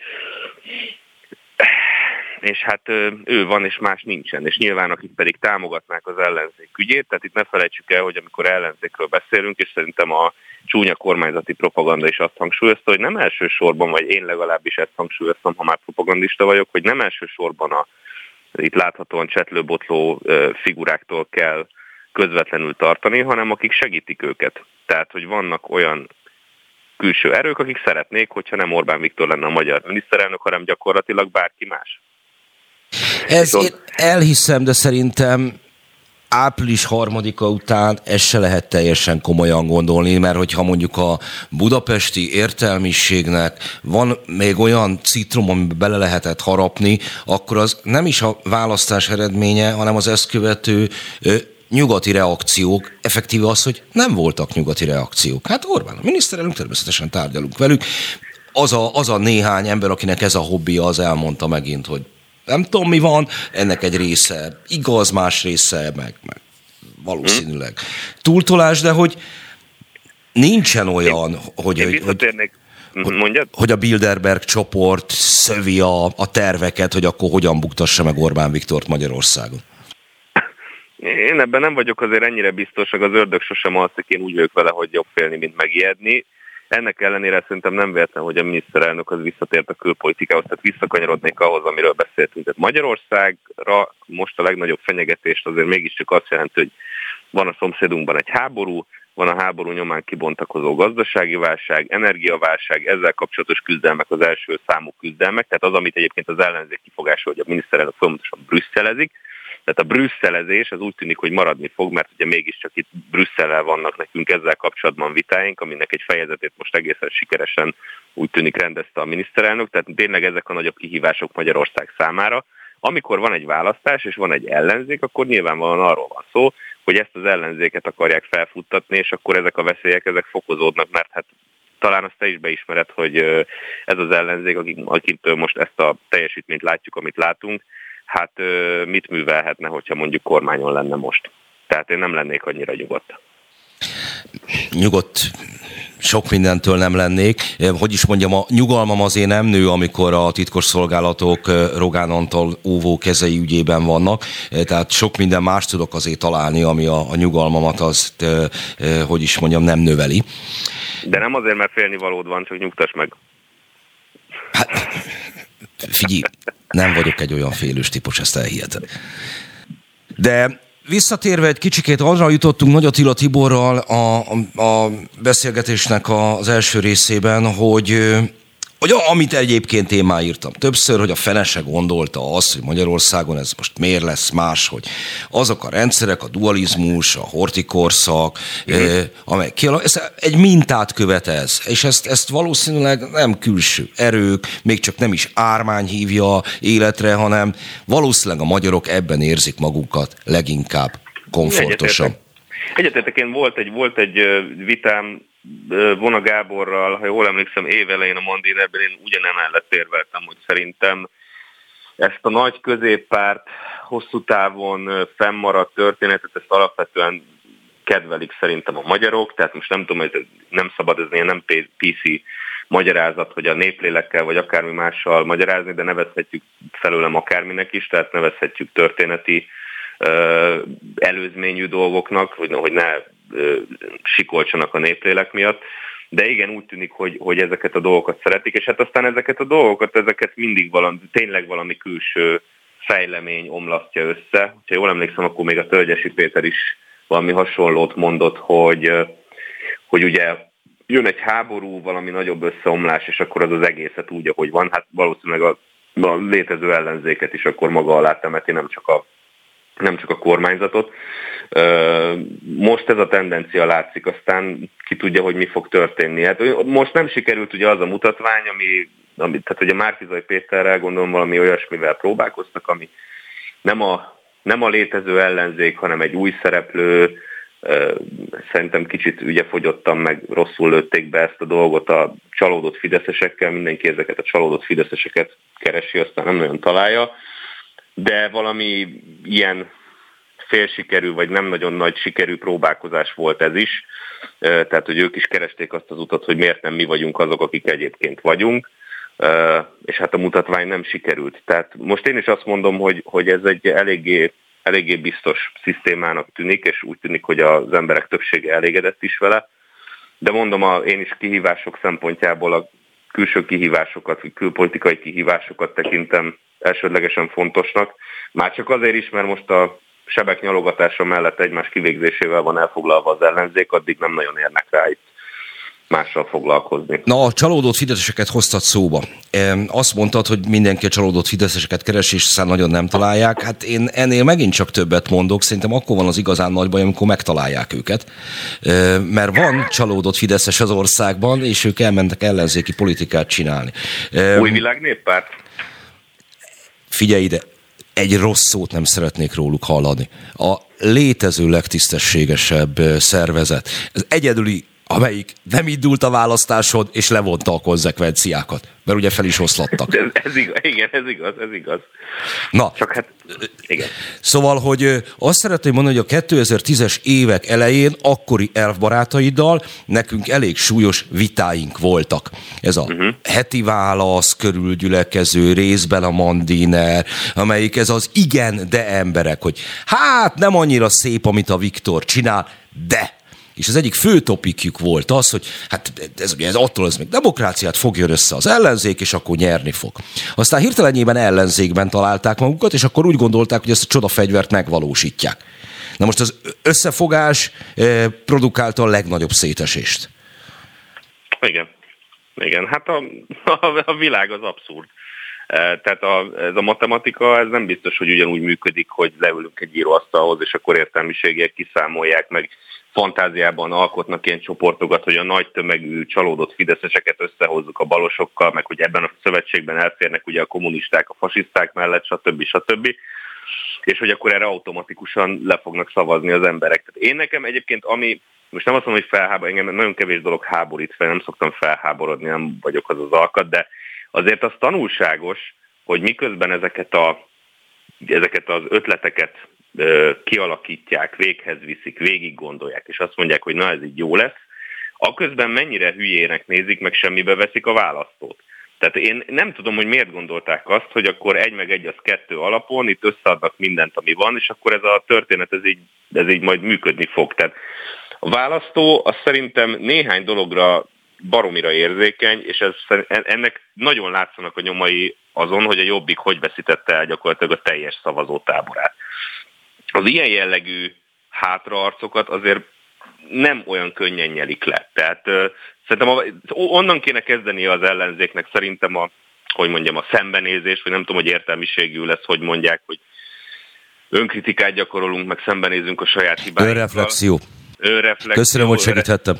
És hát ő van, és más nincsen. És nyilván akik pedig támogatnák az ellenzék ügyét, tehát itt ne felejtsük el, hogy amikor ellenzékről beszélünk, és szerintem a csúnya kormányzati propaganda is azt hangsúlyozta, hogy nem elsősorban, vagy én legalábbis ezt hangsúlyoztam, ha már propagandista vagyok, hogy nem elsősorban itt láthatóan csetlőbotló figuráktól kell közvetlenül tartani, hanem akik segítik őket. Tehát, hogy vannak olyan külső erők, akik szeretnék, hogyha nem Orbán Viktor lenne a magyar miniszterelnök, hanem gyakorlatilag bárki más. Én elhiszem, de szerintem április 3-a után ezt se lehet teljesen komolyan gondolni, mert hogyha mondjuk a budapesti értelmiségnek van még olyan citrom, amiben bele lehetett harapni, akkor az nem is a választás eredménye, hanem az ezt követő nyugati reakciók, effektíve az, hogy nem voltak nyugati reakciók. Hát Orbán a miniszterelnök, természetesen tárgyalunk velük. Az a néhány ember, akinek ez a hobbija, az elmondta megint, hogy nem tudom, mi van, ennek egy része igaz, más része, meg valószínűleg túltolás, de hogy nincsen olyan, hogy a Bilderberg csoport szövi a terveket, hogy akkor hogyan buktassa meg Orbán Viktort Magyarországon. Én ebben nem vagyok azért ennyire biztos, az ördög sosem alszik, én úgy vagyok vele, hogy jobb félni, mint megijedni. Ennek ellenére szerintem nem véletlen, hogy a miniszterelnök az visszatért a külpolitikához, tehát visszakanyarodnék ahhoz, amiről beszéltünk. Tehát Magyarországra most a legnagyobb fenyegetést azért mégiscsak azt jelenti, hogy van a szomszédunkban egy háború, van a háború nyomán kibontakozó gazdasági válság, energiaválság, ezzel kapcsolatos küzdelmek az első számú küzdelmek, tehát az, amit egyébként az ellenzék kifogásol, hogy a miniszterelnök folyamatosan brüsszelezik. Tehát a brüsszelezés az úgy tűnik, hogy maradni fog, mert ugye mégiscsak itt Brüsszellel vannak nekünk ezzel kapcsolatban vitáink, aminek egy fejezetét most egészen sikeresen úgy tűnik rendezte a miniszterelnök, tehát tényleg ezek a nagyobb kihívások Magyarország számára. Amikor van egy választás és van egy ellenzék, akkor nyilvánvalóan arról van szó, hogy ezt az ellenzéket akarják felfuttatni, és akkor ezek a veszélyek ezek fokozódnak, mert hát talán azt te is beismered, hogy ez az ellenzék, akitől most ezt a teljesítményt látjuk, amit látunk, hát mit művelhetne, hogyha mondjuk kormányon lenne most. Tehát én nem lennék annyira nyugodt. Nyugodt sok mindentől nem lennék. Hogy is mondjam, a nyugalmam azért nem nő, amikor a titkosszolgálatok Rogán Antal óvó kezei ügyében vannak. Tehát sok minden más tudok azért találni, ami a nyugalmamat azt, hogy is mondjam, nem növeli. De nem azért, mert félnivalód van, csak nyugtass meg. Hát, figyelj, nem vagyok egy olyan félős típus, ezt elhiheted. De visszatérve egy kicsikét arra jutottunk Nagy Attila Tiborral a beszélgetésnek az első részében, hogy amit egyébként én már írtam többször, hogy a fene se gondolta azt, hogy Magyarországon ez most miért lesz más, hogy azok a rendszerek, a dualizmus, a horthy-korszak, amely ez egy mintát követ ez, és ezt valószínűleg nem külső erők, még csak nem is ármány hívja életre, hanem valószínűleg a magyarok ebben érzik magukat leginkább komfortosan. Egyetértek, én volt egy vitám Vona Gáborral, ha jól emlékszem, évelején a Mandinában én ugyanemellett érveltem, hogy szerintem ezt a nagy középpárt hosszú távon fennmaradt történetet, ezt alapvetően kedvelik szerintem a magyarok, tehát most nem tudom, hogy nem szabad, ez nem PC magyarázat, hogy a néplélekkel vagy akármi mással magyarázni, de nevezhetjük felőlem akárminek is, tehát nevezhetjük történeti előzményű dolgoknak, hogy ne sikolcsanak a néplélek miatt, de igen, úgy tűnik, hogy ezeket a dolgokat szeretik, és hát aztán ezeket a dolgokat, ezeket mindig tényleg valami külső fejlemény omlasztja össze. Ha jól emlékszem, akkor még a Tölgyesi Péter is valami hasonlót mondott, hogy ugye jön egy háború, valami nagyobb összeomlás, és akkor az egészet úgy, ahogy van, hát valószínűleg a létező ellenzéket is akkor maga alá temeti, nem csak a kormányzatot. Most ez a tendencia látszik, aztán ki tudja, hogy mi fog történni. Hát most nem sikerült ugye az a mutatvány, ami tehát ugye Márki-Zay Péterrel gondolom valami olyasmivel próbálkoztak, ami nem a létező ellenzék, hanem egy új szereplő. Szerintem kicsit ügyefogyottan meg rosszul lőtték be ezt a dolgot a csalódott fideszesekkel, mindenki ezeket a csalódott fideszeseket keresi, aztán nem nagyon találja. De valami ilyen félsikerű, vagy nem nagyon nagy sikerű próbálkozás volt ez is. Tehát, hogy ők is keresték azt az utat, hogy miért nem mi vagyunk azok, akik egyébként vagyunk, és hát a mutatvány nem sikerült. Tehát most én is azt mondom, hogy ez egy eléggé biztos szisztémának tűnik, és úgy tűnik, hogy az emberek többsége elégedett is vele. De mondom, én is kihívások szempontjából a külső kihívásokat, vagy külpolitikai kihívásokat tekintem elsődlegesen fontosnak. Már csak azért is, mert most a sebek nyalogatása mellett egymás kivégzésével van elfoglalva az ellenzék, addig nem nagyon érnek rá itt mással foglalkozni. Na, a csalódott fideszeseket hoztad szóba. Azt mondtad, hogy mindenki a csalódott fideszeseket keres, és aztán nagyon nem találják. Hát én ennél megint csak többet mondok, szerintem akkor van az igazán nagy baj, amikor megtalálják őket. Mert van csalódott fideszes az országban, és ők elmentek ellenzéki politikát csinálni. Új Világ Néppárt? Figyelj ide, egy rossz szót nem szeretnék róluk hallani. A létező legtisztességesebb szervezet. Ez egyedüli amelyik nem indult a választáson, és levonta a konzekvenciákat. Mert ugye fel is oszlattak. Ez igaz, igen, ez igaz. Na, csak hát, igen. Szóval, hogy azt szeretném mondani, hogy a 2010-es évek elején akkori elfbarátaiddal nekünk elég súlyos vitáink voltak. Ez a heti válasz körül gyülekező, részben a Mandiner, amelyik ez az igen, de emberek, hogy hát nem annyira szép, amit a Viktor csinál, de... És az egyik fő topikjuk volt az, hogy hát ez attól ez még demokráciát fogjon össze az ellenzék, és akkor nyerni fog. Aztán hirtelenjében ellenzékben találták magukat, és akkor úgy gondolták, hogy ezt a csodafegyvert megvalósítják. Na most az összefogás produkálta a legnagyobb szétesést. Igen. Hát a világ az abszurd. Tehát ez a matematika, ez nem biztos, hogy ugyanúgy működik, hogy leülünk egy íróasztalhoz, és akkor értelmiségiek kiszámolják meg, fantáziában alkotnak ilyen csoportokat, hogy a nagy tömegű csalódott fideszeseket összehozzuk a balosokkal, meg hogy ebben a szövetségben elférnek ugye a kommunisták a fasiszták mellett, stb. És hogy akkor erre automatikusan le fognak szavazni az emberek. Tehát én nekem egyébként, ami, most nem azt mondom, hogy engem nagyon kevés dolog háborít fel, nem szoktam felháborodni, nem vagyok az alkat, de azért az tanulságos, hogy miközben ezeket az ötleteket kialakítják, véghez viszik, végig gondolják, és azt mondják, hogy na ez így jó lesz, aközben mennyire hülyének nézik, meg semmibe veszik a választót. Tehát én nem tudom, hogy miért gondolták azt, hogy akkor 1+1 az 2 alapon, itt összeadnak mindent, ami van, és akkor ez a történet, ez így majd működni fog. Tehát a választó az szerintem néhány dologra baromira érzékeny, és ennek nagyon látszanak a nyomai azon, hogy a Jobbik hogy veszítette el gyakorlatilag a teljes szavazótáborát. Az ilyen jellegű hátraarcokat azért nem olyan könnyen nyelik le. Tehát szerintem onnan kéne kezdeni az ellenzéknek szerintem a szembenézés, vagy nem tudom, hogy értelmiségű lesz, hogy mondják, hogy önkritikát gyakorolunk, meg szembenézünk a saját hibáinkkal. Önreflexió. Köszönöm, hogy segíthettem.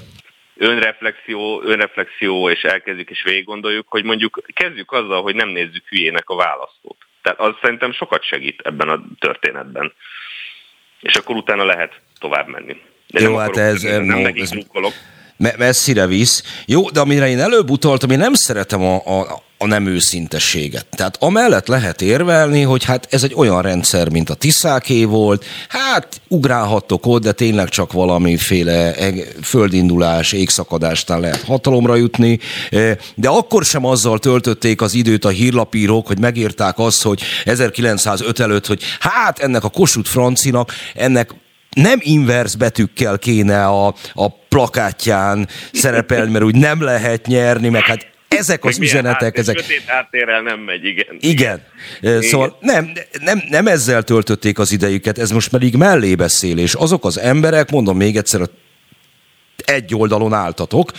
Önreflexió, és elkezdjük és végig gondoljuk, hogy mondjuk kezdjük azzal, hogy nem nézzük hülyének a választót. Tehát az szerintem sokat segít ebben a történetben. És akkor utána lehet tovább menni. De jó, hát ez nekik drukkolok. Messzire visz. Jó, de amire én előbb utaltam, én nem szeretem a nem őszintességet. Tehát amellett lehet érvelni, hogy hát ez egy olyan rendszer, mint a Tiszáké volt, hát ugrálhattok ott, de tényleg csak valamiféle földindulás, égszakadástán lehet hatalomra jutni, de akkor sem azzal töltötték az időt a hírlapírók, hogy megírták azt, hogy 1905 előtt, hogy hát ennek a Kossuth Francinak, ennek nem inverz betűkkel kéne a plakátján szerepelni, mert úgy nem lehet nyerni, meg hát ezek az üzenetek, ezek... Sötét háttérrel nem megy, igen. Igen. Szóval nem ezzel töltötték az idejüket, ez most pedig mellébeszélés. Azok az emberek, mondom még egyszer, egy oldalon álltatok,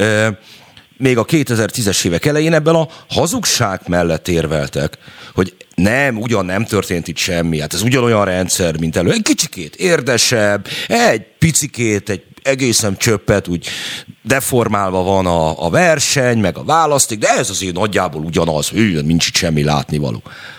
még a 2010-es évek elején ebben a hazugság mellett érveltek, hogy ugyan nem történt itt semmi, hát ez ugyanolyan rendszer, mint egy kicsikét érdesebb, egy picikét, egy egészen csöppet, úgy deformálva van a verseny, meg a választék, de ez azért nagyjából ugyanaz, nincs itt semmi látnivaló.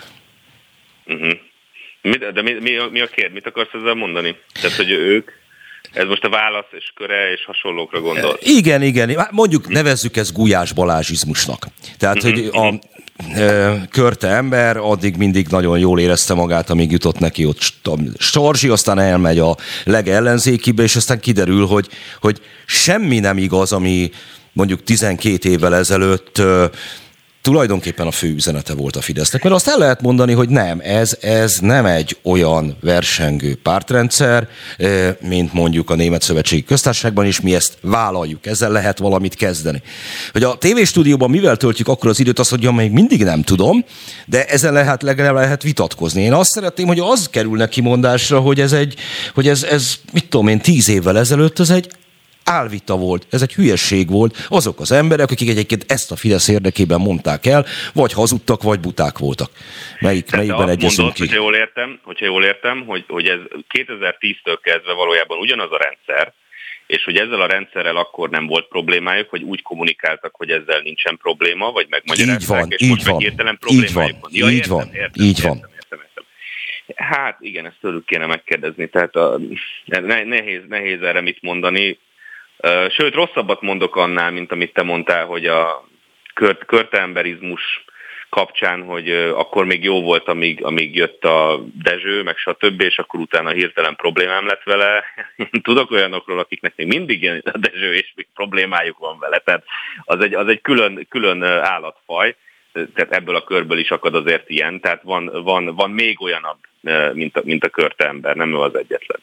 De mi a kérdés? Mit akarsz ezzel mondani? Tehát, hogy ők, ez most a válasz és köre és hasonlókra gondol. Igen. Mondjuk nevezzük ezt Gulyás Balázsizmusnak. Tehát, hogy a Körte ember addig mindig nagyon jól érezte magát, amíg jutott neki ott Storzsi, aztán elmegy a legellenzékibe, és aztán kiderül, hogy semmi nem igaz, ami mondjuk 12 évvel ezelőtt tulajdonképpen a fő üzenete volt a Fidesznek, mert azt el lehet mondani, hogy nem, ez nem egy olyan versengő pártrendszer, mint mondjuk a Német Szövetségi Köztársaságban, és mi ezt vállaljuk, ezzel lehet valamit kezdeni. Hogy a tévéstúdióban mivel töltjük akkor az időt, azt mondja, még mindig nem tudom, de ezen legalább lehet vitatkozni. Én azt szeretném, hogy az kerülne kimondásra, hogy ez mit tudom én, 10 évvel ezelőtt ez egy álvita volt, ez egy hülyesség volt. Azok az emberek, akik egyébként ezt a Fidesz érdekében mondták el, vagy hazudtak, vagy buták voltak. Melyikben egyezünk ki? Hogyha jól értem, hogy ez 2010-től kezdve valójában ugyanaz a rendszer, és hogy ezzel a rendszerrel akkor nem volt problémájuk, vagy úgy kommunikáltak, hogy ezzel nincsen probléma, vagy megmagyarázták, és most meg hirtelen problémájuk van. Így van. Hát igen, ezt tőlük kéne megkérdezni, tehát nehéz erre mit mondani. Sőt, rosszabbat mondok annál, mint amit te mondtál, hogy a körteemberizmus kapcsán, hogy akkor még jó volt, amíg jött a Dezső, meg stb., és akkor utána hirtelen problémám lett vele. Tudok olyanokról, akiknek még mindig jön a Dezső, és még problémájuk van vele. Tehát az egy külön állatfaj, tehát ebből a körből is akad azért ilyen, tehát van még olyanabb, mint a körteember, nem ő az egyetlen.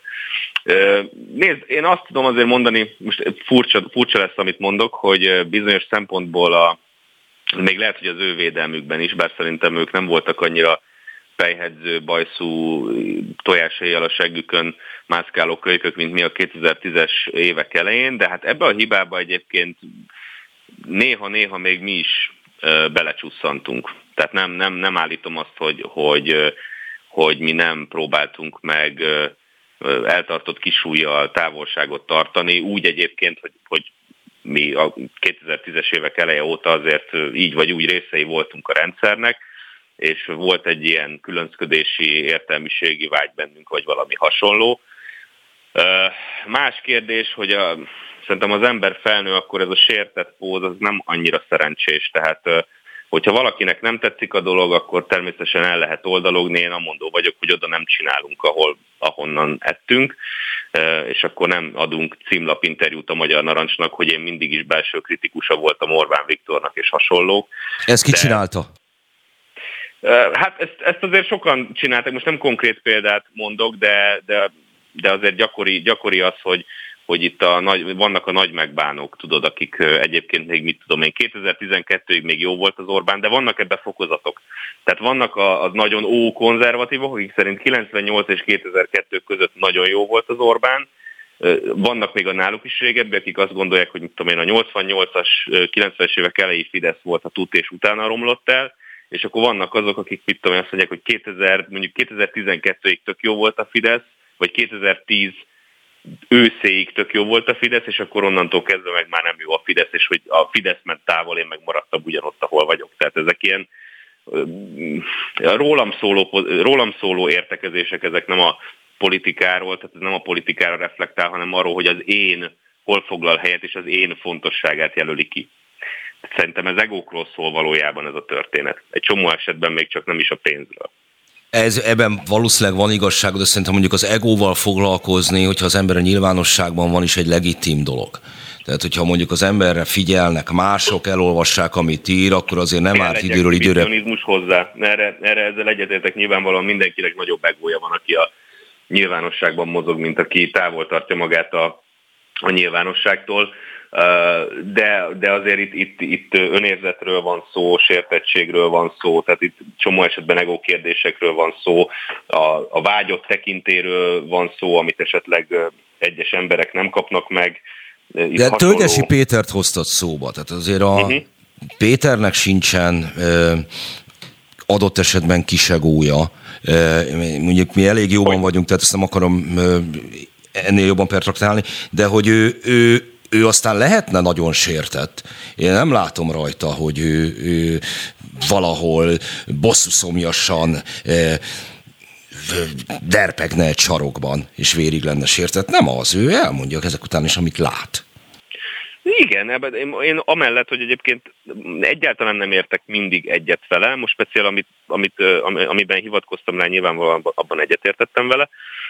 Nézd, én azt tudom azért mondani, most furcsa lesz, amit mondok, hogy bizonyos szempontból még lehet, hogy az ő védelmükben is, bár szerintem ők nem voltak annyira pejhedző, bajszú tojáshéjjal a seggükön mászkáló kölykök, mint mi a 2010-es évek elején, de hát ebbe a hibába egyébként néha még mi is belecsusszantunk. Tehát nem állítom azt, hogy mi nem próbáltunk meg eltartott kisújjal távolságot tartani, úgy egyébként, hogy mi a 2010-es évek eleje óta azért így vagy úgy részei voltunk a rendszernek, és volt egy ilyen különszködési értelmiségi vágy bennünk, vagy valami hasonló. Más kérdés, hogy szerintem az ember felnő, akkor ez a sértett póz az nem annyira szerencsés, tehát hogyha valakinek nem tetszik a dolog, akkor természetesen el lehet oldalogni, én amondó vagyok, hogy oda nem csinálunk, ahonnan ettünk, és akkor nem adunk címlapinterjút a Magyar Narancsnak, hogy én mindig is belső kritikusa voltam Orbán Viktornak és hasonlók. Ezt ki csinálta? Hát ezt azért sokan csináltak, most nem konkrét példát mondok, de azért gyakori az, hogy itt vannak a nagy megbánók, tudod, akik egyébként még mit tudom én, 2012-ig még jó volt az Orbán, de vannak ebben fokozatok. Tehát vannak az nagyon konzervatívok, akik szerint 98 és 2002 között nagyon jó volt az Orbán, vannak még a náluk is régebbi, akik azt gondolják, hogy mit tudom én, a 88-as, 90-es évek elejé Fidesz volt a tut, és utána romlott el, és akkor vannak azok, akik mit tudom én, azt mondják, hogy mondjuk 2012-ig tök jó volt a Fidesz, vagy 2010 őszéig tök jó volt a Fidesz, és akkor onnantól kezdve meg már nem jó a Fidesz, és hogy a Fidesz ment távol, én meg maradtam ugyanott, ahol vagyok. Tehát ezek ilyen rólam szóló értekezések, ezek nem a politikáról, tehát ez nem a politikára reflektál, hanem arról, hogy az én hol foglal helyet, és az én fontosságát jelöli ki. Szerintem ez egókról szól valójában ez a történet. Egy csomó esetben még csak nem is a pénzről. Ebben valószínűleg van igazság, de szerintem mondjuk az egóval foglalkozni, hogyha az ember a nyilvánosságban van, is egy legitim dolog. Tehát, hogyha mondjuk az emberre figyelnek, mások elolvassák, amit ír, akkor azért nem árt időről időre. Hozzá. Erre ezzel egyetértek, nyilvánvalóan mindenkinek nagyobb egója van, aki a nyilvánosságban mozog, mint aki távol tartja magát a nyilvánosságtól. De azért itt önérzetről van szó, sértettségről van szó, tehát itt csomó esetben ego kérdésekről van szó, a vágyott tekintéről van szó, amit esetleg egyes emberek nem kapnak meg. Itt de Tölgyesi Pétert hoztad szóba, tehát azért Péternek sincsen adott esetben kis egója. Mondjuk mi elég jóban vagyunk, tehát ezt nem akarom ennél jobban pertraktálni, de hogy ő aztán lehetne nagyon sértett. Én nem látom rajta, hogy ő valahol bosszúszomjasan derpegne egy sarokban, és vérig lenne sértett. Nem az, ő elmondja ezek után is, amit lát. Igen, én amellett, hogy egyébként egyáltalán nem értek mindig egyet vele, most speciál, amiben hivatkoztam rá, nyilvánvalóan abban egyetértettem vele,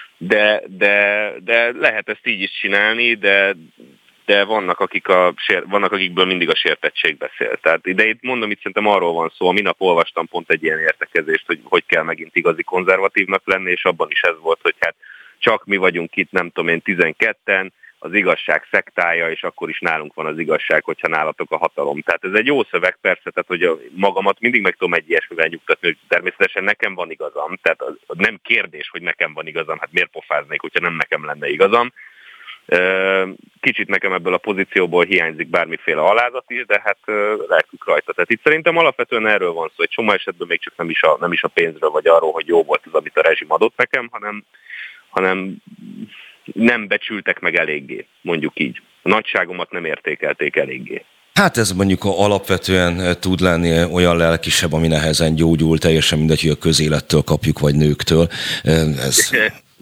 de lehet ezt így is csinálni, de vannak, akikből mindig a sértettség beszél. Tehát itt mondom, itt szerintem arról van szó, minap olvastam pont egy ilyen értekezést, hogy kell megint igazi konzervatívnak lenni, és abban is ez volt, hogy hát csak mi vagyunk itt, nem tudom én, 12-en, az igazság szektája, és akkor is nálunk van az igazság, hogyha nálatok a hatalom. Tehát ez egy jó szöveg, persze, tehát hogy magamat mindig meg tudom egy ilyesmivel nyugtatni, hogy természetesen nekem van igazam, tehát nem kérdés, hogy nekem van igazam, hát miért pofáznék, hogyha nem nekem lenne igazam. Kicsit nekem ebből a pozícióból hiányzik bármiféle alázat is, de hát lelkük rajta. Tehát itt szerintem alapvetően erről van szó, egy csomó esetben még csak nem is a pénzről, vagy arról, hogy jó volt az, amit a rezsim adott nekem, hanem nem becsültek meg eléggé, mondjuk így. A nagyságomat nem értékelték eléggé. Hát ez mondjuk alapvetően tud lenni olyan lelkisebb, ami nehezen gyógyul, teljesen mindegy, hogy a közélettől kapjuk, vagy nőktől. Igen.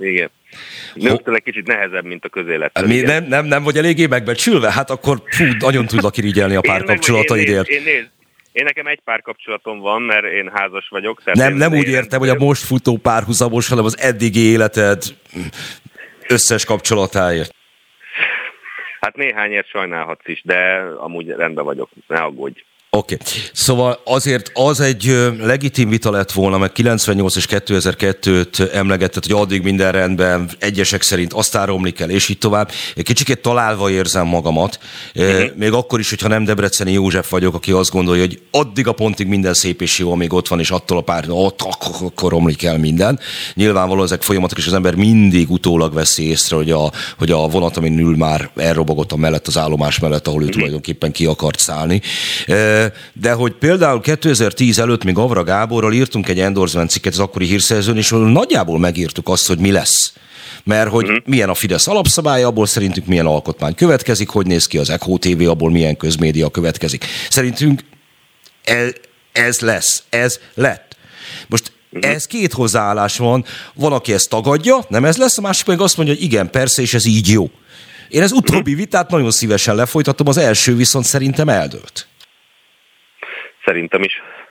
Nőktől egy kicsit nehezebb, mint a közélettel. Nem vagy eléggé megbecsülve? Hát akkor nagyon tudlak irigyelni a párkapcsolataidért. Én nekem egy párkapcsolatom van, mert én házas vagyok. Nem úgy értem, hogy a most futó párhuzamos, hanem az eddigi életed összes kapcsolatáért. Hát néhányért sajnálhatsz is, de amúgy rendben vagyok, ne aggódj. Oké. Szóval azért az egy legitim vita lett volna, meg 98 és 2002-t emlegetett, hogy addig minden rendben, egyesek szerint aztán romlik el, és így tovább. Egy kicsikét találva érzem magamat, még akkor is, hogyha nem Debreceni József vagyok, aki azt gondolja, hogy addig a pontig minden szép és jó, amíg ott van, és attól a pár, akkor romlik el minden. Nyilvánvalóan ezek folyamatok, és az ember mindig utólag veszi észre, hogy a vonat, amin ül, már elrobogott a mellett, az állomás mellett, ahol ő tulajdonképpen ki akart szállni. De hogy például 2010 előtt még Avra Gáborral írtunk egy endorsement cikket az akkori hírszerzőn, és nagyjából megírtuk azt, hogy mi lesz. Mert hogy milyen a Fidesz alapszabálya, abból szerintünk milyen alkotmány következik, hogy néz ki az Echo TV, abból milyen közmédia következik. Szerintünk ez lesz, ez lett. Most ez két hozzáállás van, aki ezt tagadja, nem ez lesz, a másik meg azt mondja, hogy igen, persze, és ez így jó. Én az utóbbi vitát nagyon szívesen lefolytatom, az első viszont szerintem eldőlt. Szerintem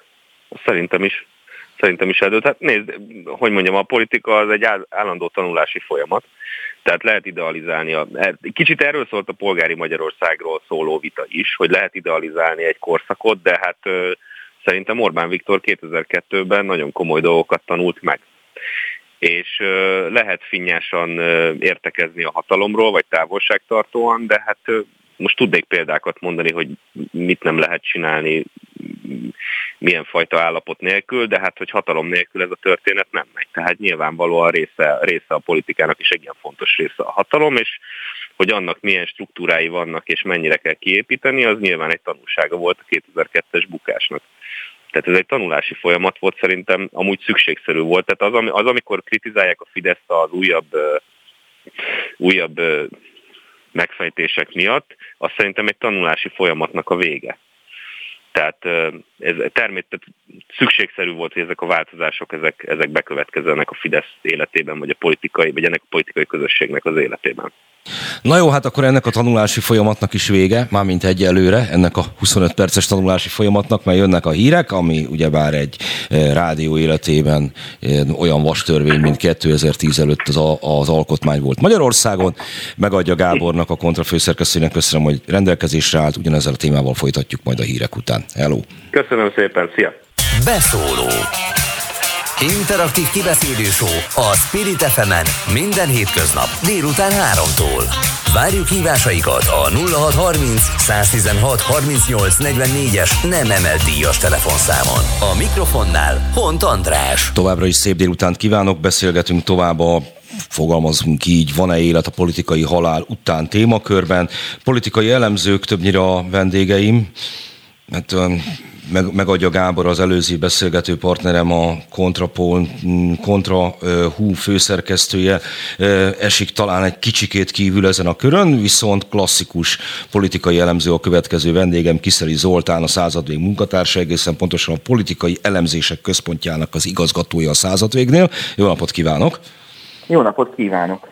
is eldőlt. Hát nézd, hogy mondjam, a politika az egy állandó tanulási folyamat, tehát lehet idealizálni. Kicsit erről szólt a polgári Magyarországról szóló vita is, hogy lehet idealizálni egy korszakot, de hát szerintem Orbán Viktor 2002-ben nagyon komoly dolgokat tanult meg. És lehet finnyásan értekezni a hatalomról, vagy távolságtartóan, de hát most tudnék példákat mondani, hogy mit nem lehet csinálni, milyen fajta állapot nélkül, de hát, hogy hatalom nélkül ez a történet nem megy. Tehát nyilvánvalóan része a politikának is egy ilyen fontos része a hatalom, és hogy annak milyen struktúrái vannak, és mennyire kell kiépíteni, az nyilván egy tanulsága volt a 2002-es bukásnak. Tehát ez egy tanulási folyamat volt, szerintem amúgy szükségszerű volt. Tehát az amikor kritizálják a Fideszt az újabb megfejtések miatt, az szerintem egy tanulási folyamatnak a vége. Tehát ez szükségszerű volt, hogy ezek a változások ezek bekövetkezzenek a Fidesz életében, vagy ennek a politikai közösségnek az életében. Na jó, hát akkor ennek a tanulási folyamatnak is vége, mármint egyelőre, ennek a 25 perces tanulási folyamatnak, mert jönnek a hírek, ami ugyebár egy rádió életében olyan vastörvény, mint 2010 előtt az alkotmány volt Magyarországon. Megadja Gábornak, a Kontra főszerkesztőjének, köszönöm, hogy rendelkezésre állt, ugyanezzel a témával folytatjuk majd a hírek után. Hello! Köszönöm szépen, szia! Beszóló. Interaktív kibeszélő show a Spirit FM-en minden hétköznap délután 3-tól. Várjuk hívásaikat a 0630 116 38 44-es nem emelt díjas telefonszámon. A mikrofonnál Hont András. Továbbra is szép délutánt kívánok, beszélgetünk tovább fogalmazunk így, van-e élet a politikai halál után témakörben. Politikai elemzők többnyire a vendégeim, mert megadja Gábor, az előző beszélgető partnerem, a Kontra Hú főszerkesztője, esik talán egy kicsikét kívül ezen a körön, viszont klasszikus politikai elemző a következő vendégem, Kiszeli Zoltán, a Századvég munkatársa, egészen pontosan a Politikai Elemzések Központjának az igazgatója a Századvégnél. Jó napot kívánok! Jó napot kívánok!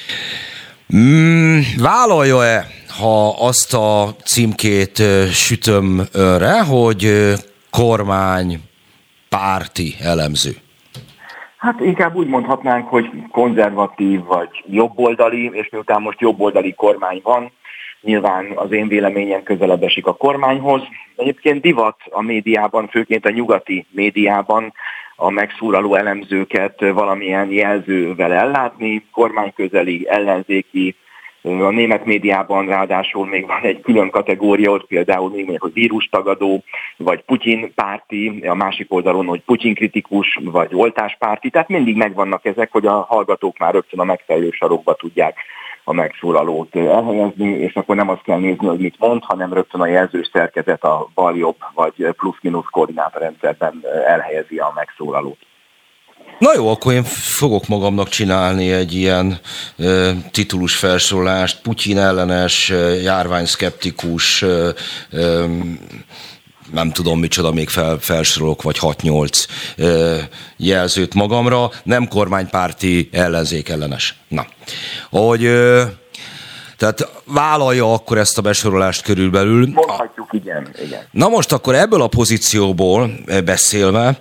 Vállalja-e, ha azt a címkét sütöm önre, hogy kormány párti elemző? Hát inkább úgy mondhatnánk, hogy konzervatív vagy jobboldali, és miután most jobboldali kormány van, nyilván az én véleményem közelebb esik a kormányhoz. Egyébként divat a médiában, főként a nyugati médiában a megszólaló elemzőket valamilyen jelzővel ellátni, kormányközeli, ellenzéki. A német médiában ráadásul még van egy külön kategória, ott például még mondjuk, hogy vírustagadó, vagy Putyin párti, a másik oldalon, hogy Putyin kritikus, vagy oltáspárti, tehát mindig megvannak ezek, hogy a hallgatók már rögtön a megfelelő sarokba tudják a megszólalót elhelyezni, és akkor nem azt kell nézni, hogy mit mond, hanem rögtön a jelzős szerkezet a bal-jobb vagy plusz-minusz koordinátorrendszerben elhelyezi a megszólalót. Na jó, akkor én fogok magamnak csinálni egy ilyen titulus felsorolást, Putyin ellenes, járványszkeptikus, nem tudom micsoda, még felsorolok, vagy 6-8 jelzőt magamra, nem kormánypárti, ellenzék ellenes. Na, hogy... Tehát vállalja akkor ezt a besorolást körülbelül. Mondhatjuk, igen. Na most akkor ebből a pozícióból beszélve,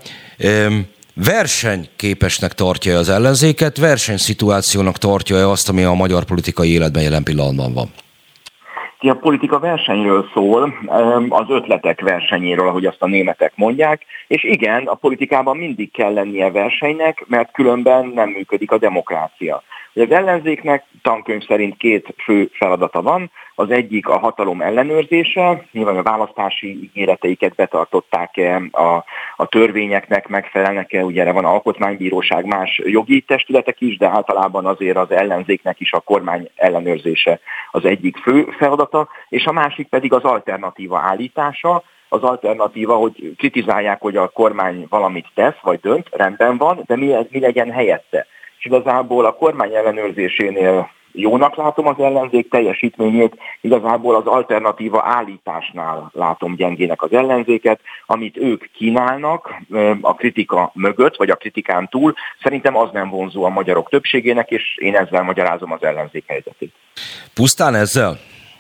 versenyképesnek tartja az ellenzéket, versenyszituációnak tartja azt, ami a magyar politikai életben jelen pillanatban van? A politika versenyről szól, az ötletek versenyéről, ahogy azt a németek mondják, és igen, a politikában mindig kell lennie versenynek, mert különben nem működik a demokrácia. Az ellenzéknek tankönyv szerint 2 fő feladata van, az egyik a hatalom ellenőrzése, nyilván a választási ígéreteiket betartották-e, a törvényeknek megfelelnek-e, ugye erre van alkotmánybíróság, más jogi testületek is, de általában azért az ellenzéknek is a kormány ellenőrzése az egyik fő feladata, és a másik pedig az alternatíva állítása. Az alternatíva, hogy kritizálják, hogy a kormány valamit tesz, vagy dönt, rendben van, de mi legyen helyette. És igazából a kormány ellenőrzésénél jónak látom az ellenzék teljesítményét, igazából az alternatíva állításnál látom gyengének az ellenzéket, amit ők kínálnak a kritika mögött, vagy a kritikán túl, szerintem az nem vonzó a magyarok többségének, és én ezzel magyarázom az ellenzék helyzetét. Pusztán ezzel?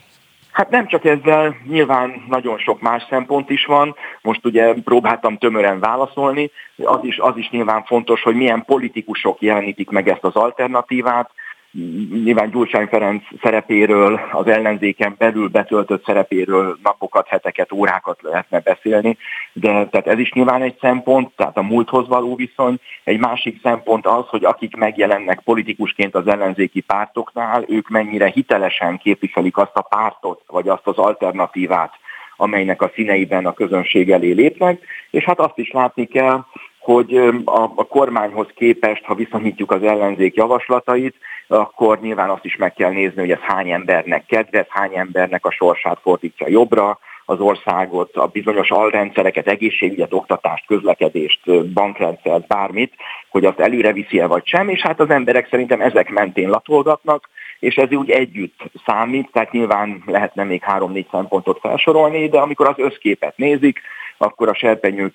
Hát nem csak ezzel, nyilván nagyon sok más szempont is van, most ugye próbáltam tömören válaszolni, az is nyilván fontos, hogy milyen politikusok jelenítik meg ezt az alternatívát. Nyilván Gyurcsány Ferenc szerepéről, az ellenzéken belül betöltött szerepéről napokat, heteket, órákat lehetne beszélni, de tehát ez is nyilván egy szempont, tehát a múlthoz való viszony. Egy másik szempont az, hogy akik megjelennek politikusként az ellenzéki pártoknál, ők mennyire hitelesen képviselik azt a pártot, vagy azt az alternatívát, amelynek a színeiben a közönség elé lépnek, és hát azt is látni kell, hogy a kormányhoz képest, ha viszonyítjuk az ellenzék javaslatait, akkor nyilván azt is meg kell nézni, hogy ez hány embernek kedvez, hány embernek a sorsát fordítja jobbra, az országot, a bizonyos alrendszereket, egészségügyet, oktatást, közlekedést, bankrendszert, bármit, hogy azt előre viszi-e vagy sem, és hát az emberek szerintem ezek mentén latolgatnak, és ez úgy együtt számít, tehát nyilván lehetne még 3-4 szempontot felsorolni, de amikor az összképet nézik, akkor a serpenyő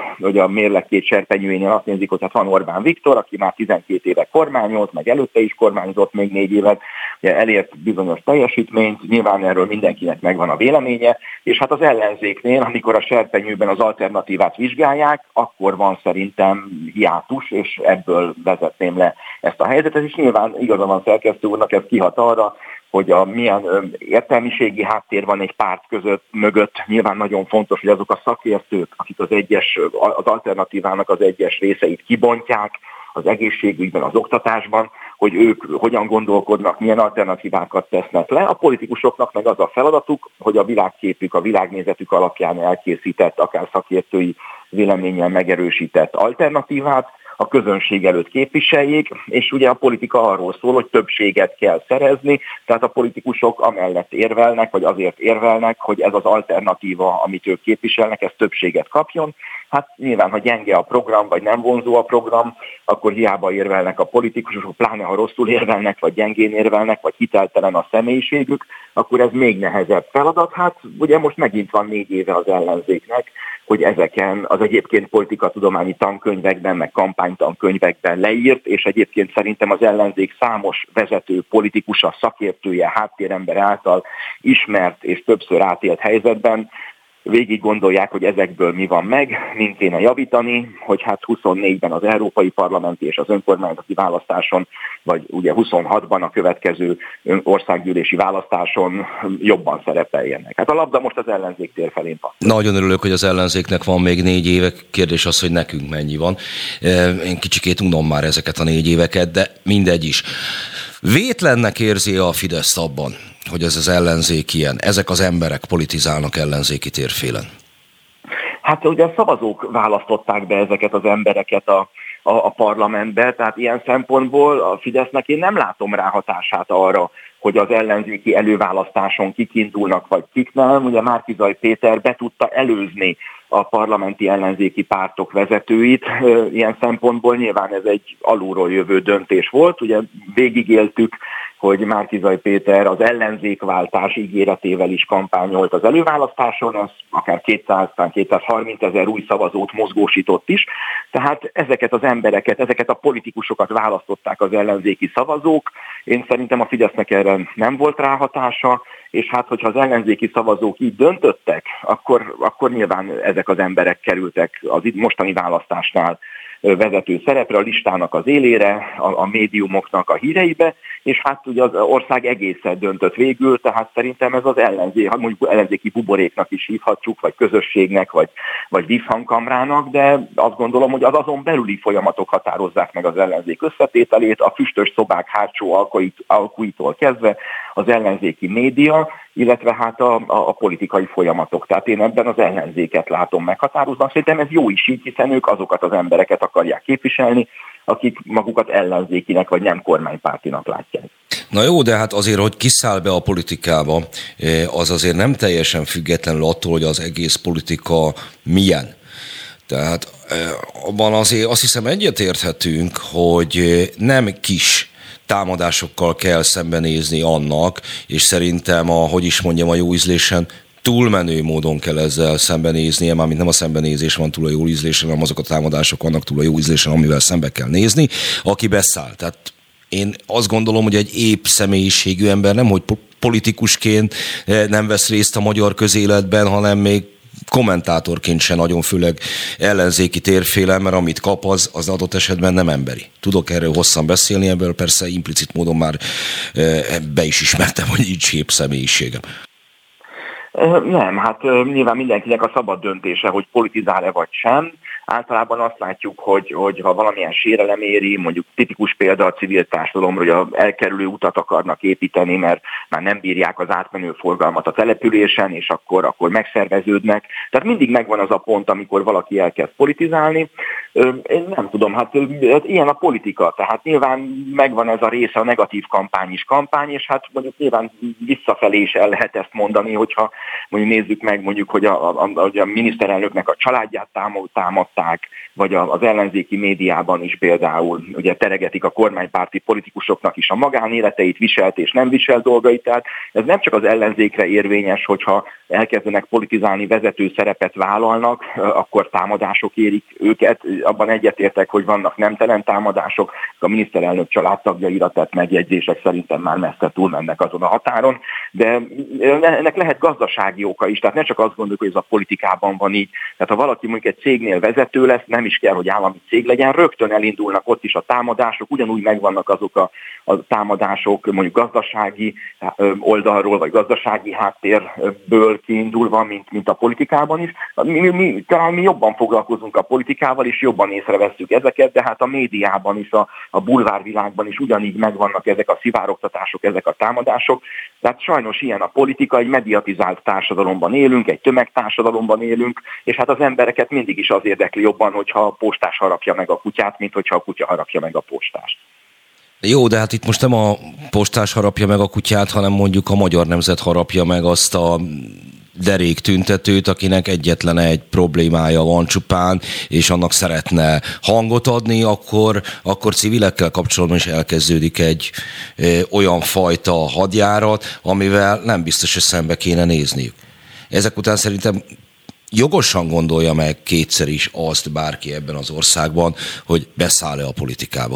a mérleg 2 serpenyőjénél azt nézik, hogy hát van Orbán Viktor, aki már 12 éve kormányolt, meg előtte is kormányzott még 4 évet, elért bizonyos teljesítményt, nyilván erről mindenkinek megvan a véleménye, és hát az ellenzéknél, amikor a serpenyőben az alternatívát vizsgálják, akkor van szerintem hiátus, és ebből vezetném le ezt a helyzetet, és nyilván igaza van szerkesztő úrnak, ez kihat arra, hogy milyen értelmiségi háttér van egy párt mögött. Nyilván nagyon fontos, hogy azok a szakértők, akik az alternatívának az egyes részeit kibontják, az egészségügyben, az oktatásban, hogy ők hogyan gondolkodnak, milyen alternatívákat tesznek le. A politikusoknak meg az a feladatuk, hogy a világképük, a világnézetük alapján elkészített, akár szakértői véleménnyel megerősített alternatívát a közönség előtt képviseljék, és ugye a politika arról szól, hogy többséget kell szerezni, tehát a politikusok amellett érvelnek, vagy azért érvelnek, hogy ez az alternatíva, amit ők képviselnek, ez többséget kapjon. Hát nyilván, ha gyenge a program, vagy nem vonzó a program, akkor hiába érvelnek a politikusok, pláne ha rosszul érvelnek, vagy gyengén érvelnek, vagy hiteltelen a személyiségük, akkor ez még nehezebb feladat. Hát ugye most megint van 4 éve az ellenzéknek, hogy ezeken az egyébként politikatudományi tankönyvekben, meg kampánytankönyvekben leírt, és egyébként szerintem az ellenzék számos vezető politikusa, szakértője, háttérember által ismert és többször átélt helyzetben végig gondolják, hogy ezekből mi van meg, mint kéne javítani, hogy hát 24-ben az európai parlamenti és az önkormányzati választáson, vagy ugye 26-ban a következő országgyűlési választáson jobban szerepeljenek. Hát a labda most az ellenzék tér felén van. Nagyon örülök, hogy az ellenzéknek van még 4 éve. Kérdés az, hogy nekünk mennyi van. Én kicsikét unom már ezeket a 4 éveket, de mindegy is. Vétlennek érzi a Fidesz abban, hogy ez az ellenzék ilyen, ezek az emberek politizálnak ellenzéki térfélen? Hát ugye a szavazók választották be ezeket az embereket a parlamentbe, tehát ilyen szempontból a Fidesznek én nem látom ráhatását arra, hogy az ellenzéki előválasztáson kik indulnak, vagy kik nem. Ugye Márki-Zay Péter be tudta előzni a parlamenti ellenzéki pártok vezetőit. Ilyen szempontból nyilván ez egy alulról jövő döntés volt. Ugye végigéltük, hogy Márki-Zay Péter az ellenzékváltás ígéretével is kampányolt az előválasztáson, az akár 200-230 ezer új szavazót mozgósított is. Tehát ezeket az embereket, ezeket a politikusokat választották az ellenzéki szavazók. Én szerintem a Fidesznek erre nem volt ráhatása, és hát, hogyha az ellenzéki szavazók így döntöttek, akkor nyilván ezek az emberek kerültek az mostani választásnál vezető szerepre, a listának az élére, a médiumoknak a híreibe, és hát ugye az ország egészen döntött végül, tehát szerintem ez az mondjuk ellenzéki buboréknak is hívhatjuk, vagy közösségnek, vagy vízhangkamrának, de azt gondolom, hogy az azon belüli folyamatok határozzák meg az ellenzék összetételét, a füstös szobák hátsó alkuitól kezdve az ellenzéki média, illetve hát a politikai folyamatok. Tehát én ebben az ellenzéket látom meghatározva. Szerintem ez jó is így, hiszen ők azokat az embereket akarják képviselni, akik magukat ellenzékinek vagy nem kormánypártinak látják. Na jó, de hát azért, hogy kiszáll be a politikába, az azért nem teljesen függetlenül attól, hogy az egész politika milyen. Tehát abban azért azt hiszem egyetérthetünk, hogy nem kis támadásokkal kell szembenézni annak, és szerintem a jó ízlésen túlmenő módon kell ezzel szembenéznie, mármint nem a szembenézés van túl a jó ízlésen, hanem azok a támadások vannak túl a jó ízlésen, amivel szembe kell nézni, aki beszáll. Tehát én azt gondolom, hogy egy épp személyiségű ember nem, hogy politikusként nem vesz részt a magyar közéletben, hanem még kommentátorként se nagyon, főleg ellenzéki térfélen, mert amit kap, az adott esetben nem emberi. Tudok erről hosszan beszélni, ebből persze implicit módon már be is ismertem, hogy így épp személyiségem. Nem, hát nyilván mindenkinek a szabad döntése, hogy politizál-e vagy sem. Általában azt látjuk, hogy ha valamilyen sérelem éri, mondjuk tipikus példa a civil társadalomra, hogy elkerülő utat akarnak építeni, mert már nem bírják az átmenő forgalmat a településen, és akkor megszerveződnek. Tehát mindig megvan az a pont, amikor valaki elkezd politizálni. Én nem tudom, hát ilyen a politika, tehát nyilván megvan ez a része, a negatív kampány is kampány, és hát mondjuk nyilván visszafelé is el lehet ezt mondani, hogyha mondjuk nézzük meg, mondjuk, hogy a miniszterelnöknek a családját támadták, vagy az ellenzéki médiában is például ugye teregetik a kormánypárti politikusoknak is a magánéleteit, viselt és nem viselt dolgait, tehát ez nem csak az ellenzékre érvényes, hogyha elkezdenek politizálni, vezető szerepet vállalnak, akkor támadások érik őket, abban egyetértek, hogy vannak nemtelen támadások, a miniszterelnök családtagjaira tett megjegyzések szerintem már messze túlmennek azon a határon, de ennek lehet gazdasági oka is, tehát ne csak azt gondoljuk, hogy ez a politikában van így, tehát ha valaki mondjuk egy cégnél vezető lesz, nem is kell, hogy állami cég legyen, rögtön elindulnak ott is a támadások, ugyanúgy megvannak azok a támadások mondjuk gazdasági oldalról, vagy gazdasági háttérből kiindulva, mint a politikában is. Talán mi jobban foglalkozunk a politikával, és jobban észrevesszük ezeket, de hát a médiában is, a bulvárvilágban is ugyanígy megvannak ezek a szivárogtatások, ezek a támadások. Tehát sajnos ilyen a politika, egy mediatizált társadalomban élünk, egy tömegtársadalomban élünk, és hát az embereket mindig is az érdekli jobban, hogyha a postás harapja meg a kutyát, mint hogyha a kutya harapja meg a postást. Jó, de hát itt most nem a postás harapja meg a kutyát, hanem mondjuk a Magyar Nemzet harapja meg azt a derék tüntetőt, akinek egyetlen egy problémája van csupán, és annak szeretne hangot adni, akkor civilekkel kapcsolatban is elkezdődik egy olyan fajta hadjárat, amivel nem biztos, hogy szembe kéne nézniük. Ezek után szerintem jogosan gondolja meg kétszer is azt bárki ebben az országban, hogy beszáll-e a politikába.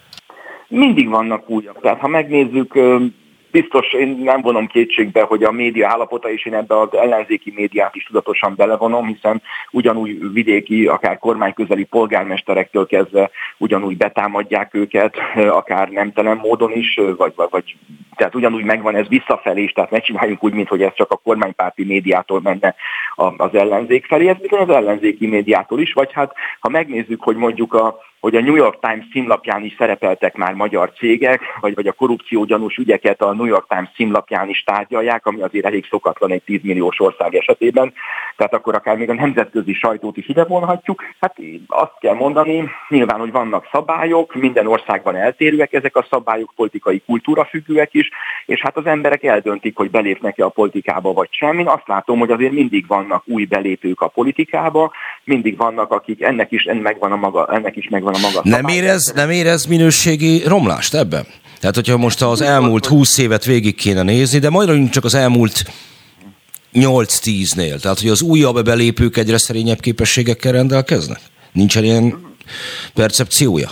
Mindig vannak újak. Tehát ha megnézzük, biztos én nem vonom kétségbe, hogy a média állapota, és én ebbe az ellenzéki médiát is tudatosan belevonom, hiszen ugyanúgy vidéki, akár kormányközeli polgármesterektől kezdve ugyanúgy betámadják őket, akár nemtelen módon is, vagy tehát ugyanúgy megvan ez visszafelé is, tehát ne csináljunk úgy, mintha ez csak a kormánypárti médiától menne az ellenzék felé, ez bizony az ellenzéki médiától is, vagy hát ha megnézzük, hogy mondjuk hogy a New York Times címlapján is szerepeltek már magyar cégek, vagy a korrupciógyanús ügyeket a New York Times címlapján is tárgyalják, ami azért elég szokatlan egy 10 milliós ország esetében, tehát akkor akár még a nemzetközi sajtót is ide vonhatjuk. Hát azt kell mondani, nyilván, hogy vannak szabályok, minden országban eltérőek ezek a szabályok, politikai kultúra függőek is, és hát az emberek eldöntik, hogy belépnek-e a politikába vagy sem. Én azt látom, hogy azért mindig vannak új belépők a politikába, mindig vannak, akik ennek is megvan a maga Nem érez minőségi romlást ebben? Tehát, hogyha most az elmúlt 20 évet végig kéne nézni, de majdnem csak az elmúlt 8-10-nél. Tehát, hogy az újabb belépők egyre szerényebb képességekkel rendelkeznek? Nincsen ilyen percepciója?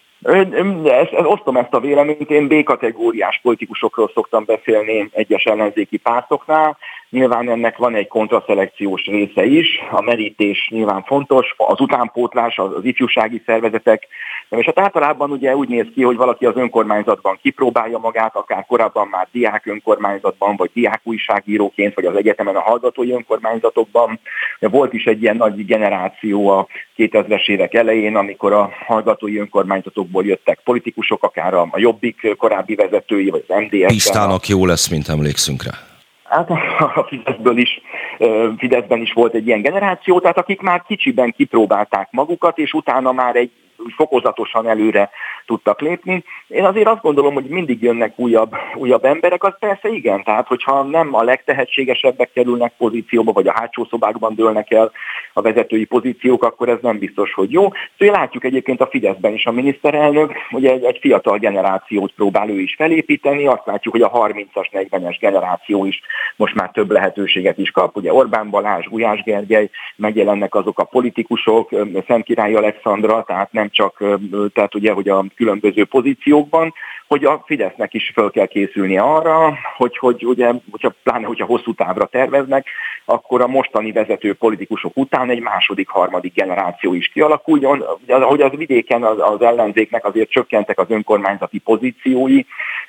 Osztom ezt a véleményt, én B-kategóriás politikusokról szoktam beszélni egyes ellenzéki pártoknál. Nyilván ennek van egy kontraszelekciós része is, a merítés nyilván fontos, az utánpótlás, az ifjúsági szervezetek, és hát általában ugye úgy néz ki, hogy valaki az önkormányzatban kipróbálja magát, akár korábban már diák önkormányzatban, vagy diák újságíróként, vagy az egyetemen a hallgatói önkormányzatokban. Volt is egy ilyen nagy generáció a 2000-es évek elején, amikor a hallgatói önkormányzatokból jöttek politikusok, akár a Jobbik korábbi vezetői, vagy az MDS. Pisztának jó lesz, mint emlékszünk rá. Hát a Fideszben is volt egy ilyen generáció, tehát akik már kicsiben kipróbálták magukat, és utána már egy fokozatosan előre tudtak lépni. Én azért azt gondolom, hogy mindig jönnek újabb emberek, az persze igen, tehát hogyha nem a legtehetségesebbek kerülnek pozícióba, vagy a hátsó szobákban dőlnek el a vezetői pozíciók, akkor ez nem biztos, hogy jó. Szóval látjuk egyébként a Fideszben is a miniszterelnök, ugye egy fiatal generációt próbál ő is felépíteni, azt látjuk, hogy a 30-as, 40-es generáció is most már több lehetőséget is kap, ugye Orbán Balázs, Gulyás Gergely, megjelennek azok a politikusok, Szentkirály Alexandra, tehát nem csak, tehát ugye, hogy a különböző pozíciókban, hogy a Fidesznek is föl kell készülnie arra, hogy ugye, pláne hogyha hosszú távra terveznek, akkor a mostani vezető politikusok után egy második, harmadik generáció is kialakuljon. Ahogy az vidéken az ellenzéknek azért csökkentek az önkormányzati pozíciói,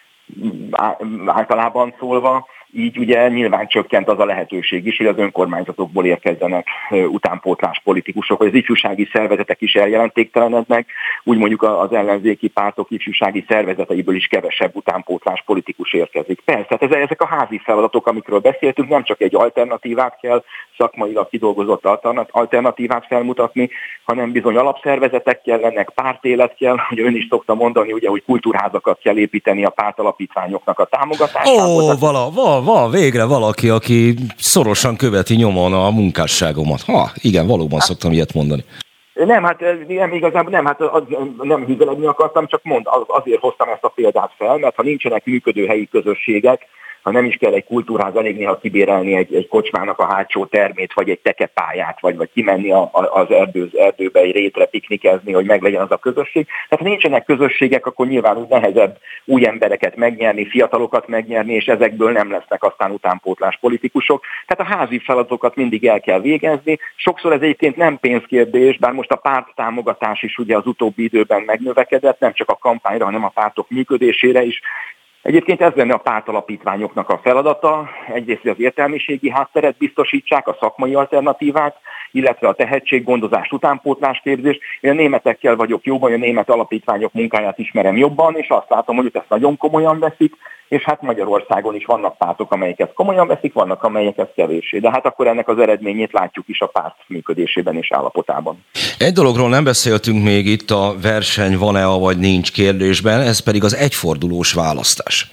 általában szólva, így ugye nyilván csökkent az a lehetőség is, hogy az önkormányzatokból érkezzenek utánpótlás politikusok, vagy az ifjúsági szervezetek is eljelentéktelenednek, úgy mondjuk az ellenzéki pártok ifjúsági szervezeteiből is kevesebb utánpótlás politikus érkezik. Persze, hát ezek a házi feladatok, amikről beszéltünk, nem csak egy alternatívát kell, szakmailag kidolgozott alternatívát felmutatni, hanem bizony alapszervezetek kellenek, pártélet kell, hogy ön is szokta mondani, ugye, hogy kultúrházakat kell építeni a pártalapítványoknak a támogatásához. Van végre valaki, aki szorosan követi nyomon a munkásságomat. Igen, valóban szoktam ilyet mondani. Nem, hát nem igazából nem, hát nem hűzelegni akartam, csak azért hoztam ezt a példát fel, mert ha nincsenek működő helyi közösségek, ha nem is kell egy kultúrház, elég néha kibérelni egy kocsmának a hátsó termét, vagy egy tekepályát, vagy kimenni az erdőbe egy rétre piknikezni, hogy meglegyen az a közösség. Tehát ha nincsenek közösségek, akkor nyilván úgy nehezebb új embereket megnyerni, fiatalokat megnyerni, és ezekből nem lesznek aztán utánpótlás politikusok. Tehát a házi feladatokat mindig el kell végezni. Sokszor ez egyébként nem pénzkérdés, bár most a párttámogatás is ugye az utóbbi időben megnövekedett, nem csak a kampányra, hanem a pártok működésére is. Egyébként ez lenne a pártalapítványoknak a feladata, egyrészt az értelmiségi hátteret biztosítsák, a szakmai alternatívát, illetve a tehetséggondozás, utánpótlás képzés. Én a németekkel vagyok jóban, a német alapítványok munkáját ismerem jobban, és azt látom, hogy ezt nagyon komolyan veszik, és hát Magyarországon is vannak pártok, amelyek ezt komolyan veszik, vannak, amelyek ezt kevéssé. De hát akkor ennek az eredményét látjuk is a párt működésében és állapotában. Egy dologról nem beszéltünk még itt a verseny van-e vagy nincs kérdésben, ez pedig az egyfordulós választás.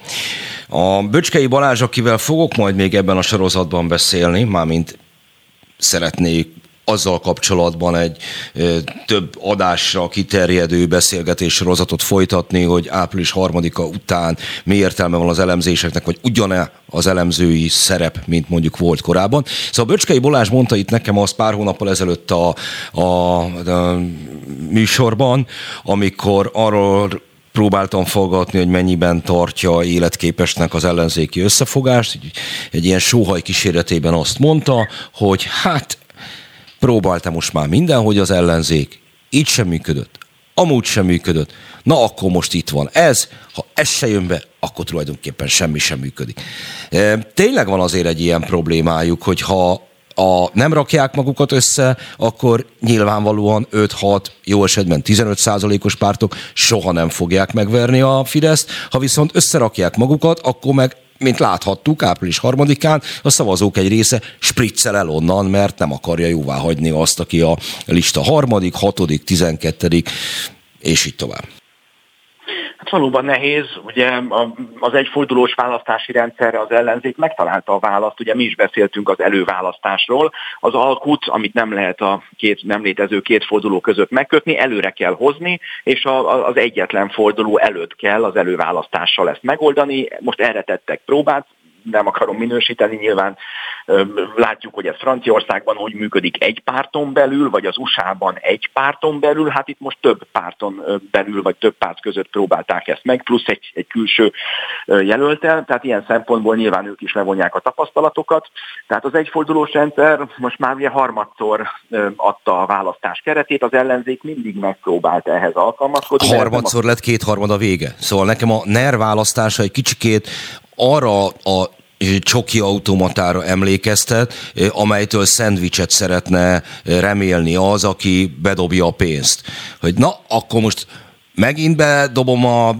A Böcskei Balázs, akivel fogok majd még ebben a sorozatban beszélni, mármint szeretnék azzal kapcsolatban egy több adásra kiterjedő beszélgetés sorozatot folytatni, hogy április 3-a után mi értelme van az elemzéseknek, vagy ugyane az elemzői szerep, mint mondjuk volt korábban. Szóval Böcskei Balázs mondta itt nekem azt pár hónappal ezelőtt a műsorban, amikor arról próbáltam fogadni, hogy mennyiben tartja életképesnek az ellenzéki összefogást. Egy ilyen sóhaj kíséretében azt mondta, hogy hát próbáltam most már mindenhogy az ellenzék, így sem működött, amúgy sem működött, na akkor most itt van ez, ha ez se jön be, akkor tulajdonképpen semmi sem működik. Tényleg van azért egy ilyen problémájuk, hogy ha nem rakják magukat össze, akkor nyilvánvalóan 5-6, jó esetben 15%-os pártok soha nem fogják megverni a Fideszt, ha viszont összerakják magukat, akkor meg, mint láthattuk április 3-án, a szavazók egy része spriccel el onnan, mert nem akarja jóvá hagyni azt, aki a lista 3., 6., 12. és így tovább. Hát valóban nehéz, ugye az egyfordulós választási rendszerre az ellenzék megtalálta a választ, ugye mi is beszéltünk az előválasztásról, az alkut, amit nem lehet a nem létező két forduló között megkötni, előre kell hozni, és az egyetlen forduló előtt kell az előválasztással ezt megoldani, most erre tettek próbát, nem akarom minősíteni, nyilván látjuk, hogy ez Franciaországban hogy működik egy párton belül, vagy az USA-ban egy párton belül, hát itt most több párton belül, vagy több párt között próbálták ezt meg, plusz egy külső jelöltel, tehát ilyen szempontból nyilván ők is levonják a tapasztalatokat. Tehát az egyfordulós rendszer most már ugye harmadszor adta a választás keretét, az ellenzék mindig megpróbált ehhez alkalmazkodni. Harmadszor lett kétharmad a vége. Szóval nekem a NER választása egy kicsikét arra a csoki automatára emlékeztet, amelytől szendvicset szeretne remélni az, aki bedobja a pénzt. Hogy na, akkor most megint bedobom a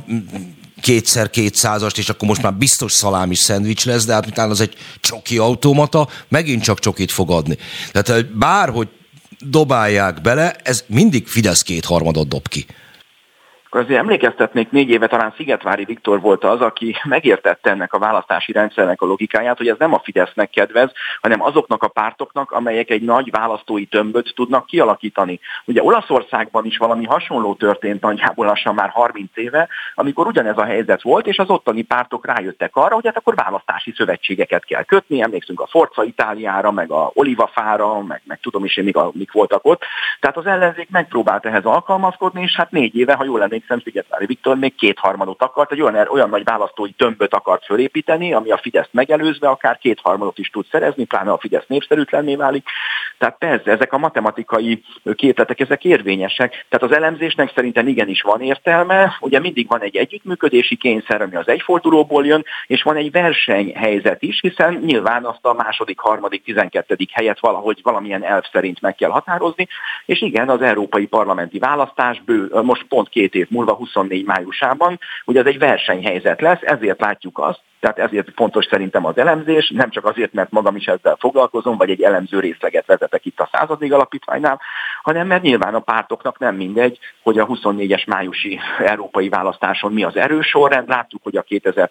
2x200-ast, és akkor most már biztos szalámis szendvics lesz, de hát utána az egy csoki automata, megint csak csokit fog adni. Tehát bárhogy dobálják bele, ez mindig Fidesz kétharmadot dob ki. Akkor azért emlékeztetnék, 4 éve talán Szigetvári Viktor volt az, aki megértette ennek a választási rendszernek a logikáját, hogy ez nem a Fidesznek kedvez, hanem azoknak a pártoknak, amelyek egy nagy választói tömböt tudnak kialakítani. Ugye Olaszországban is valami hasonló történt nagyjából lassan már 30 éve, amikor ugyanez a helyzet volt, és az ottani pártok rájöttek arra, hogy hát akkor választási szövetségeket kell kötni, emlékszünk a Forza Itáliára, meg a Olivafára, meg tudom is én, mik voltak ott. Tehát az ellenzék megpróbált ehhez alkalmazkodni, és hát 4 éve, ha jól emlékszem, Szigetvári Viktor még kétharmadot akart, egy olyan nagy választói tömböt akart fölépíteni, ami a Fideszt megelőzve akár kétharmadot is tud szerezni, pláne a Fidesz népszerűtlenné válik. Tehát persze, ezek a matematikai képletek, ezek érvényesek. Tehát az elemzésnek szerintem igenis van értelme, ugye mindig van egy együttműködési kényszer, ami az egyfordulóból jön, és van egy versenyhelyzet is, hiszen nyilván azt a második, harmadik, 12. helyet valahogy valamilyen elv szerint meg kell határozni, és igen, az európai parlamenti választás most pont 2 év múlva 24 májusában, ugye ez egy versenyhelyzet lesz, ezért látjuk azt, tehát ezért fontos szerintem az elemzés, nem csak azért, mert magam is ezzel foglalkozom, vagy egy elemző részleget vezetek itt a Századég Alapítványnál, hanem mert nyilván a pártoknak nem mindegy, hogy a 24-es májusi európai választáson mi az erősorrend. Láttuk, hogy a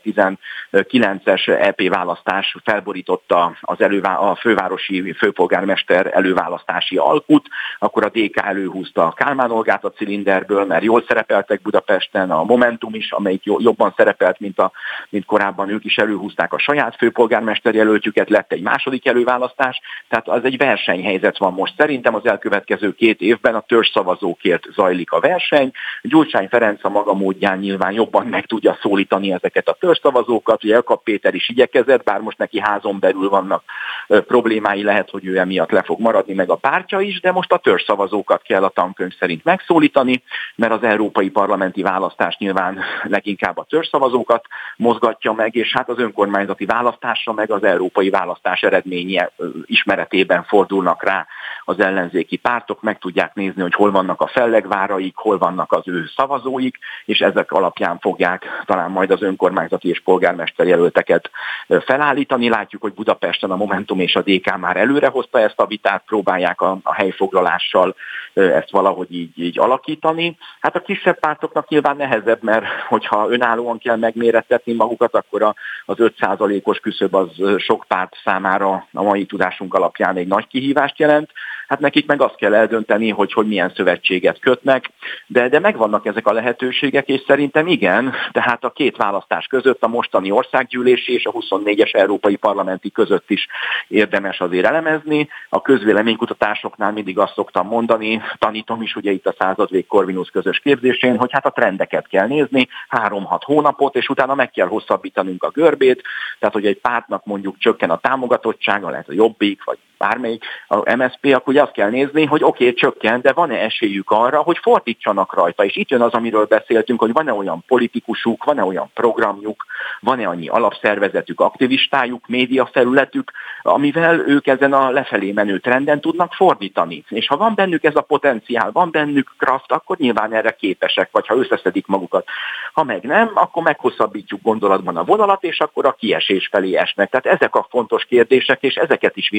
2019-es EP választás felborította a fővárosi főpolgármester előválasztási alkut, akkor a DK előhúzta a Kálmán Olgát a cilinderből, mert jól szerepeltek Budapesten, a Momentum is, amelyik jobban szerepelt, mint korábban, ők is előhúzták a saját főpolgármester jelöltjüket, lett egy második előválasztás, tehát az egy versenyhelyzet van most. Szerintem az elkövetkező 2 évben a törzsszavazókért zajlik a verseny. Gyurcsány Ferenc a maga módján nyilván jobban meg tudja szólítani ezeket a törzsszavazókat, ugye Jakab Péter is igyekezett, bár most neki házon belül vannak problémái, lehet, hogy ő emiatt le fog maradni, meg a pártja is, de most a törzsszavazókat kell a tankönyv szerint megszólítani, mert az európai parlamenti választás nyilván leginkább a törzsszavazókat mozgatja meg, és hát az önkormányzati választásra meg az európai választás eredménye ismeretében fordulnak rá az ellenzéki pártok, meg tudják nézni, hogy hol vannak a fellegváraik, hol vannak az ő szavazóik, és ezek alapján fogják talán majd az önkormányzati és polgármester jelölteket felállítani. Látjuk, hogy Budapesten a Momentum és a DK már előrehozta ezt a vitát, próbálják a helyfoglalással ezt valahogy így alakítani. Hát a kisebb pártoknak nyilván nehezebb, mert hogyha önállóan kell megmérettetni magukat, akkor az 5%-os küszöb az sok párt számára a mai tudásunk alapján egy nagy kihívást jelent. Hát nekik meg azt kell eldönteni, hogy milyen szövetséget kötnek, de megvannak ezek a lehetőségek, és szerintem igen, tehát a 2 választás között a mostani országgyűlési és a 24-es európai parlamenti között is érdemes azért elemezni. A közvéleménykutatásoknál mindig azt szoktam mondani, tanítom is ugye itt a Századvég Corvinus közös képzésén, hogy hát a trendeket kell nézni, 3-6 hónapot, és utána meg kell hosszabbítanunk a görbét, tehát hogy egy pártnak mondjuk csökken a támogatottsága, lehet a Jobbik, vagy bármelyik, a MSZP, akkor ugye azt kell nézni, hogy oké, csökken, de van-e esélyük arra, hogy fordítsanak rajta. És itt jön az, amiről beszéltünk, hogy van-e olyan politikusuk, van-e olyan programjuk, van-e annyi alapszervezetük, aktivistájuk, médiafelületük, amivel ők ezen a lefelé menő trenden tudnak fordítani. És ha van bennük ez a potenciál, van bennük kraft, akkor nyilván erre képesek, vagy ha összeszedik magukat. Ha meg nem, akkor meghosszabbítjuk gondolatban a vonalat, és akkor a kiesés felé esnek. Tehát ezek a fontos kérdések, és ezeket is vizsgálnunk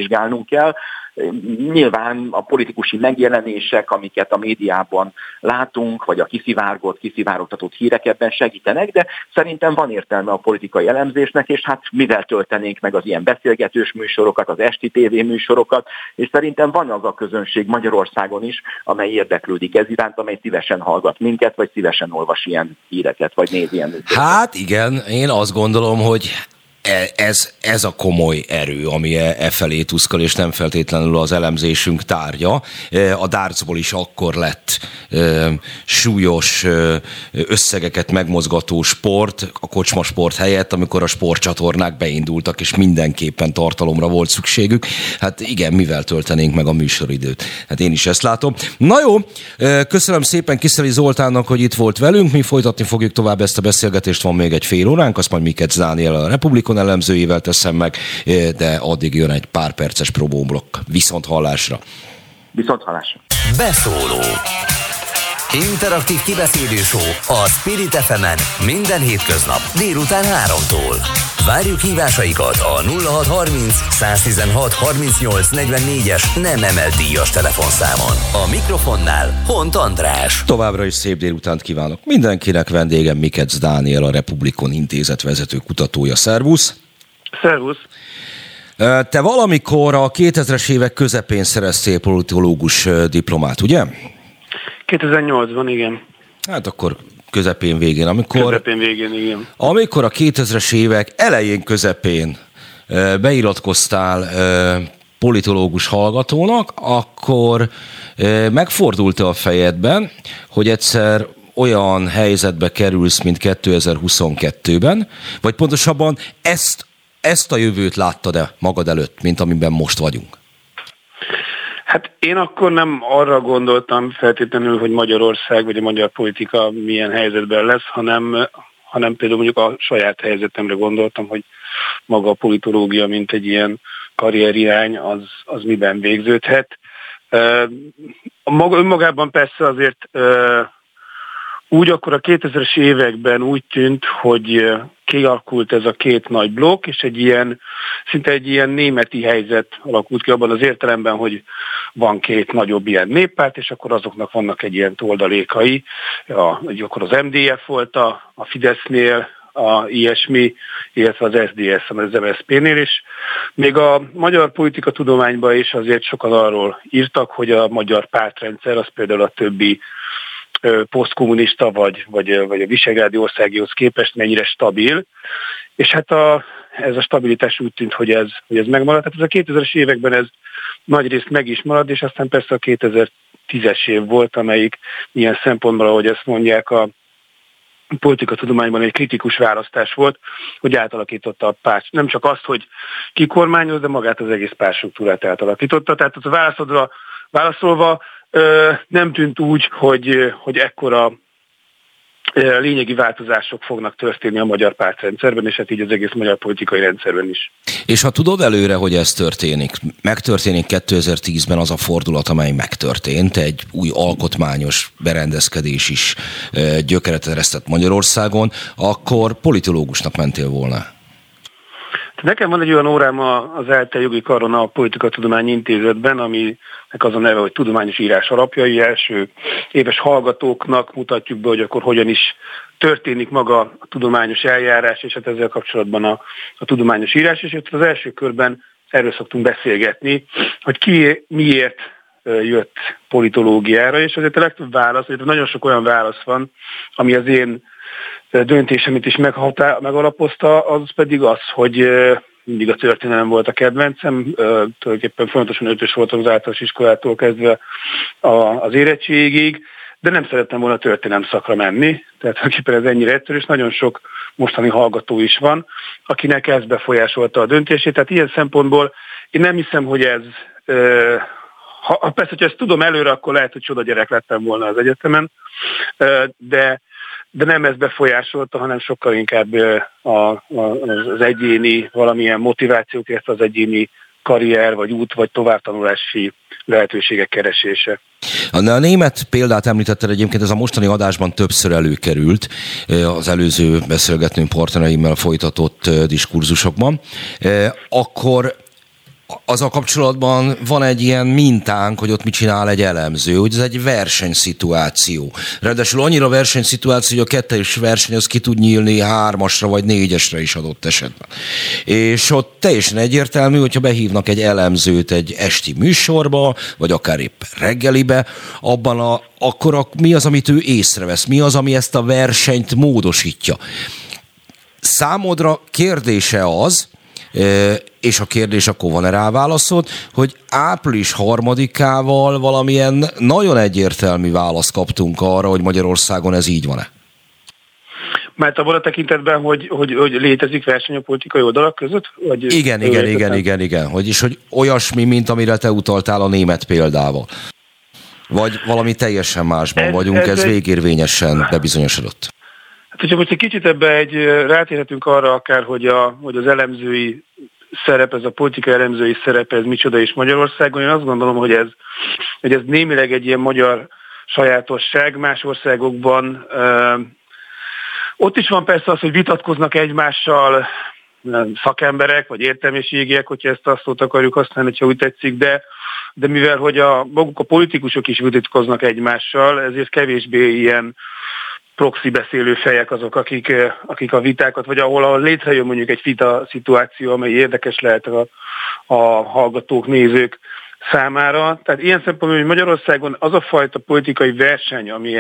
járnunk el. Nyilván a politikusi megjelenések, amiket a médiában látunk, vagy a kiszivárogtatott hírek ebben segítenek, de szerintem van értelme a politikai elemzésnek, és hát mivel töltenénk meg az ilyen beszélgetős műsorokat, az esti tévéműsorokat, és szerintem van az a közönség Magyarországon is, amely érdeklődik ez iránt, amely szívesen hallgat minket, vagy szívesen olvas ilyen híreket, vagy néz ilyen műsorokat. Hát igen, én azt gondolom, hogy ez a komoly erő, ami felé tuszkal, és nem feltétlenül az elemzésünk tárgya. A dartsból is akkor lett súlyos összegeket megmozgató sport, a kocsmasport helyett, amikor a sportcsatornák beindultak, és mindenképpen tartalomra volt szükségük. Hát igen, mivel töltenénk meg a műsoridőt? Hát én is ezt látom. Na jó, köszönöm szépen Kiszeli Zoltánnak, hogy itt volt velünk. Mi folytatni fogjuk tovább ezt a beszélgetést, van még egy fél óránk, azt majd Mikec Dániel a Republikon elemzőjével teszem meg, de addig jön egy pár perces próbóblokk. Viszont hallásra. Viszont hallásra. Beszóló. Interaktív kibeszélő show a Spirit FM-en minden hétköznap délután 3-tól. Várjuk hívásaikat a 0630 116 38 44-es nem emelt díjas telefonszámon. A mikrofonnál Hont András. Továbbra is szép délutánt kívánok mindenkinek, vendégem Mikec Dániel, a Republikon Intézet vezető kutatója. Szervusz! Szervusz! Te valamikor a 2000-es évek közepén szereztél politológus diplomát, ugye? 2008-ban, igen. Hát akkor közepén végén, igen. Amikor a 2000-es évek elején közepén beiratkoztál politológus hallgatónak, akkor megfordult a fejedben, hogy egyszer olyan helyzetbe kerülsz, mint 2022-ben, vagy pontosabban ezt a jövőt láttad-e magad előtt, mint amiben most vagyunk? Hát én akkor nem arra gondoltam feltétlenül, hogy Magyarország vagy a magyar politika milyen helyzetben lesz, hanem például mondjuk a saját helyzetemre gondoltam, hogy maga a politológia, mint egy ilyen karrierirány, az miben végződhet. Önmagában persze azért úgy akkor a 2000-es években úgy tűnt, hogy kialakult ez a két nagy blokk, és szinte egy ilyen németi helyzet alakult ki abban az értelemben, hogy van két nagyobb ilyen néppárt, és akkor azoknak vannak egy ilyen oldalékai. Akkor az MDF volt a Fidesznél, a ilyesmi, illetve az SZDSZ, az MSZP-nél is. Még a magyar politikatudományban is azért sokan arról írtak, hogy a magyar pártrendszer az például a többi posztkommunista vagy a visegrádi országihoz képest mennyire stabil, és hát ez a stabilitás úgy tűnt, hogy ez megmaradt. Tehát ez a 2000-es években ez nagyrészt meg is marad, és aztán persze a 2010-es év volt, amelyik ilyen szempontból, ahogy ezt mondják, a politikatudományban egy kritikus választás volt, hogy átalakította a párt. Nem csak azt, hogy ki kormányoz, de magát az egész pártstruktúrát átalakította. Tehát az a válaszodra válaszolva nem tűnt úgy, hogy ekkora lényegi változások fognak történni a magyar pártrendszerben, és hát így az egész magyar politikai rendszerben is. És ha tudod előre, hogy ez megtörténik 2010-ben az a fordulat, amely megtörtént, egy új alkotmányos berendezkedés is gyökeret eresztett Magyarországon, akkor politológusnak mentél volna? Nekem van egy olyan órám az ELTE jogi karon a Politikatudományi Intézetben, aminek az a neve, hogy tudományos írás alapjai. Első éves hallgatóknak mutatjuk be, hogy akkor hogyan is történik maga a tudományos eljárás, és hát ezzel kapcsolatban a tudományos írás, és itt az első körben erről szoktunk beszélgetni, hogy ki miért jött politológiára, és azért a legtöbb válasz, nagyon sok olyan válasz van, ami az én döntésemet is megalapozta, az pedig az, hogy mindig a történelem volt a kedvencem, tulajdonképpen folyamatosan 5-ös voltam az általános iskolától kezdve az érettségig, de nem szerettem volna történelem szakra menni, tehát tulajdonképpen ez ennyire egyszerű, és nagyon sok mostani hallgató is van, akinek ez befolyásolta a döntését, tehát ilyen szempontból én nem hiszem, hogy ez, persze, hogyha ezt tudom előre, akkor lehet, hogy csoda gyerek lettem volna az egyetemen, de nem ez befolyásolta, hanem sokkal inkább az egyéni valamilyen motivációk, illetve az egyéni karrier, vagy út, vagy továbbtanulási lehetőségek keresése. A német példát említetted egyébként, ez a mostani adásban többször előkerült az előző beszélgető partnereimmel folytatott diskurzusokban. Akkor azzal kapcsolatban van egy ilyen mintánk, hogy ott mit csinál egy elemző, hogy ez egy versenyszituáció. Ráadásul annyira versenyszituáció, hogy a kettős verseny az ki tud nyílni 3-asra vagy 4-esre is adott esetben. És ott teljesen egyértelmű, hogyha behívnak egy elemzőt egy esti műsorba, vagy akár éppen reggelibe, akkor mi az, amit ő észrevesz? Mi az, ami ezt a versenyt módosítja? Számodra kérdése az, és a kérdés akkor van rá válaszod, hogy április 3-ával valamilyen nagyon egyértelmű választ kaptunk arra, hogy Magyarországon ez így van-e? Mert abban a tekintetben, hogy létezik verseny a politikai oldalak között? Vagy Igen. Hogy olyasmi, mint amire te utaltál a német példával. Vagy valami teljesen másban vagyunk, ez végérvényesen bebizonyosodott. Hát, hogyha most egy kicsit rátérhetünk arra akár, hogy az elemzői szerep, ez a politikai elemzői szerep, ez micsoda is Magyarországon. Én azt gondolom, hogy ez némileg egy ilyen magyar sajátosság. Más országokban ott is van persze az, hogy vitatkoznak egymással szakemberek, vagy értelmiségiek, hogyha ezt a szót akarjuk használni, ha úgy tetszik, de mivel hogy maguk a politikusok is vitatkoznak egymással, ezért kevésbé ilyen proxy beszélő fejek azok, akik a vitákat, vagy ahol létrejön mondjuk egy vita szituáció, amely érdekes lehet a hallgatók, nézők számára. Tehát ilyen szempontból, hogy Magyarországon az a fajta politikai verseny, ami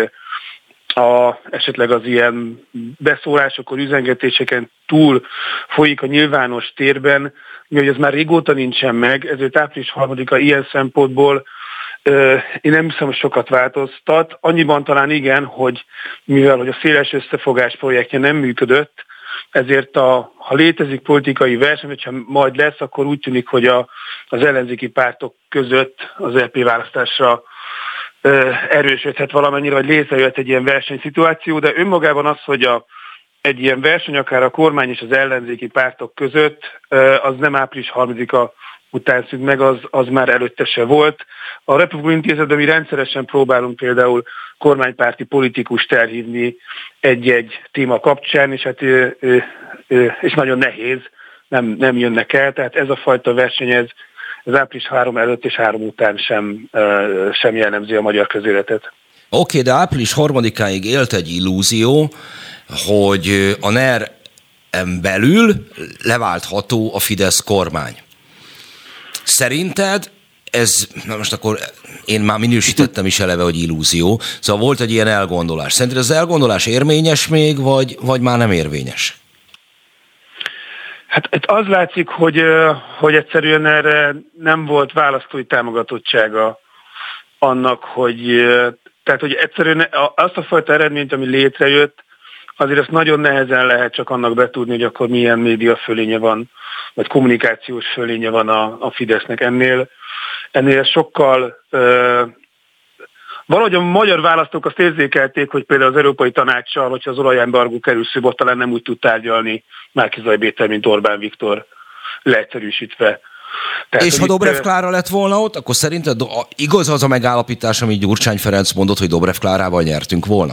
esetleg az ilyen beszólásokon, üzengetéseken túl folyik a nyilvános térben, hogy ez már régóta nincsen meg, ezért április 3-a ilyen szempontból én nem hiszem, hogy sokat változtat. Annyiban talán igen, hogy mivel hogy a széles összefogás projektje nem működött, ezért ha létezik politikai verseny, hogyha majd lesz, akkor úgy tűnik, hogy az ellenzéki pártok között az EP választásra erősödhet valamennyire, vagy létrejött egy ilyen versenyszituáció, de önmagában az, hogy egy ilyen verseny akár a kormány és az ellenzéki pártok között, az nem április 3-a után szűnt meg, az már előtte se volt. A Republikai Intézetben mi rendszeresen próbálunk például kormánypárti politikust elhívni egy-egy téma kapcsán, és és nagyon nehéz, nem jönnek el, tehát ez a fajta verseny, ez április 3 előtt és 3 után sem jellemzi a magyar közéletet. Oké, de április 3-áig élt egy illúzió, hogy a NER-en belül leváltható a Fidesz kormány. Szerinted most akkor én már minősítettem is eleve, hogy illúzió, szóval volt egy ilyen elgondolás. Szerinted az elgondolás érvényes még, vagy már nem érvényes? Hát az látszik, hogy egyszerűen erre nem volt választói támogatottsága annak, hogy egyszerűen azt a fajta eredményt, ami létrejött, azért azt nagyon nehezen lehet csak annak betudni, hogy akkor milyen média fölénye van, vagy kommunikációs fölénye van a Fidesznek. Ennél sokkal valahogy a magyar választók azt érzékelték, hogy például az Európai Tanácssal, hogyha az olajembargó kerül szóba, talán nem úgy tud tárgyalni Márki-Zay Péter, mint Orbán Viktor, leegyszerűsítve. Tehát, és ha Dobrev Klára lett volna ott, akkor szerinted igaz az a megállapítás, amit Gyurcsány Ferenc mondott, hogy Dobrev Klárával nyertünk volna?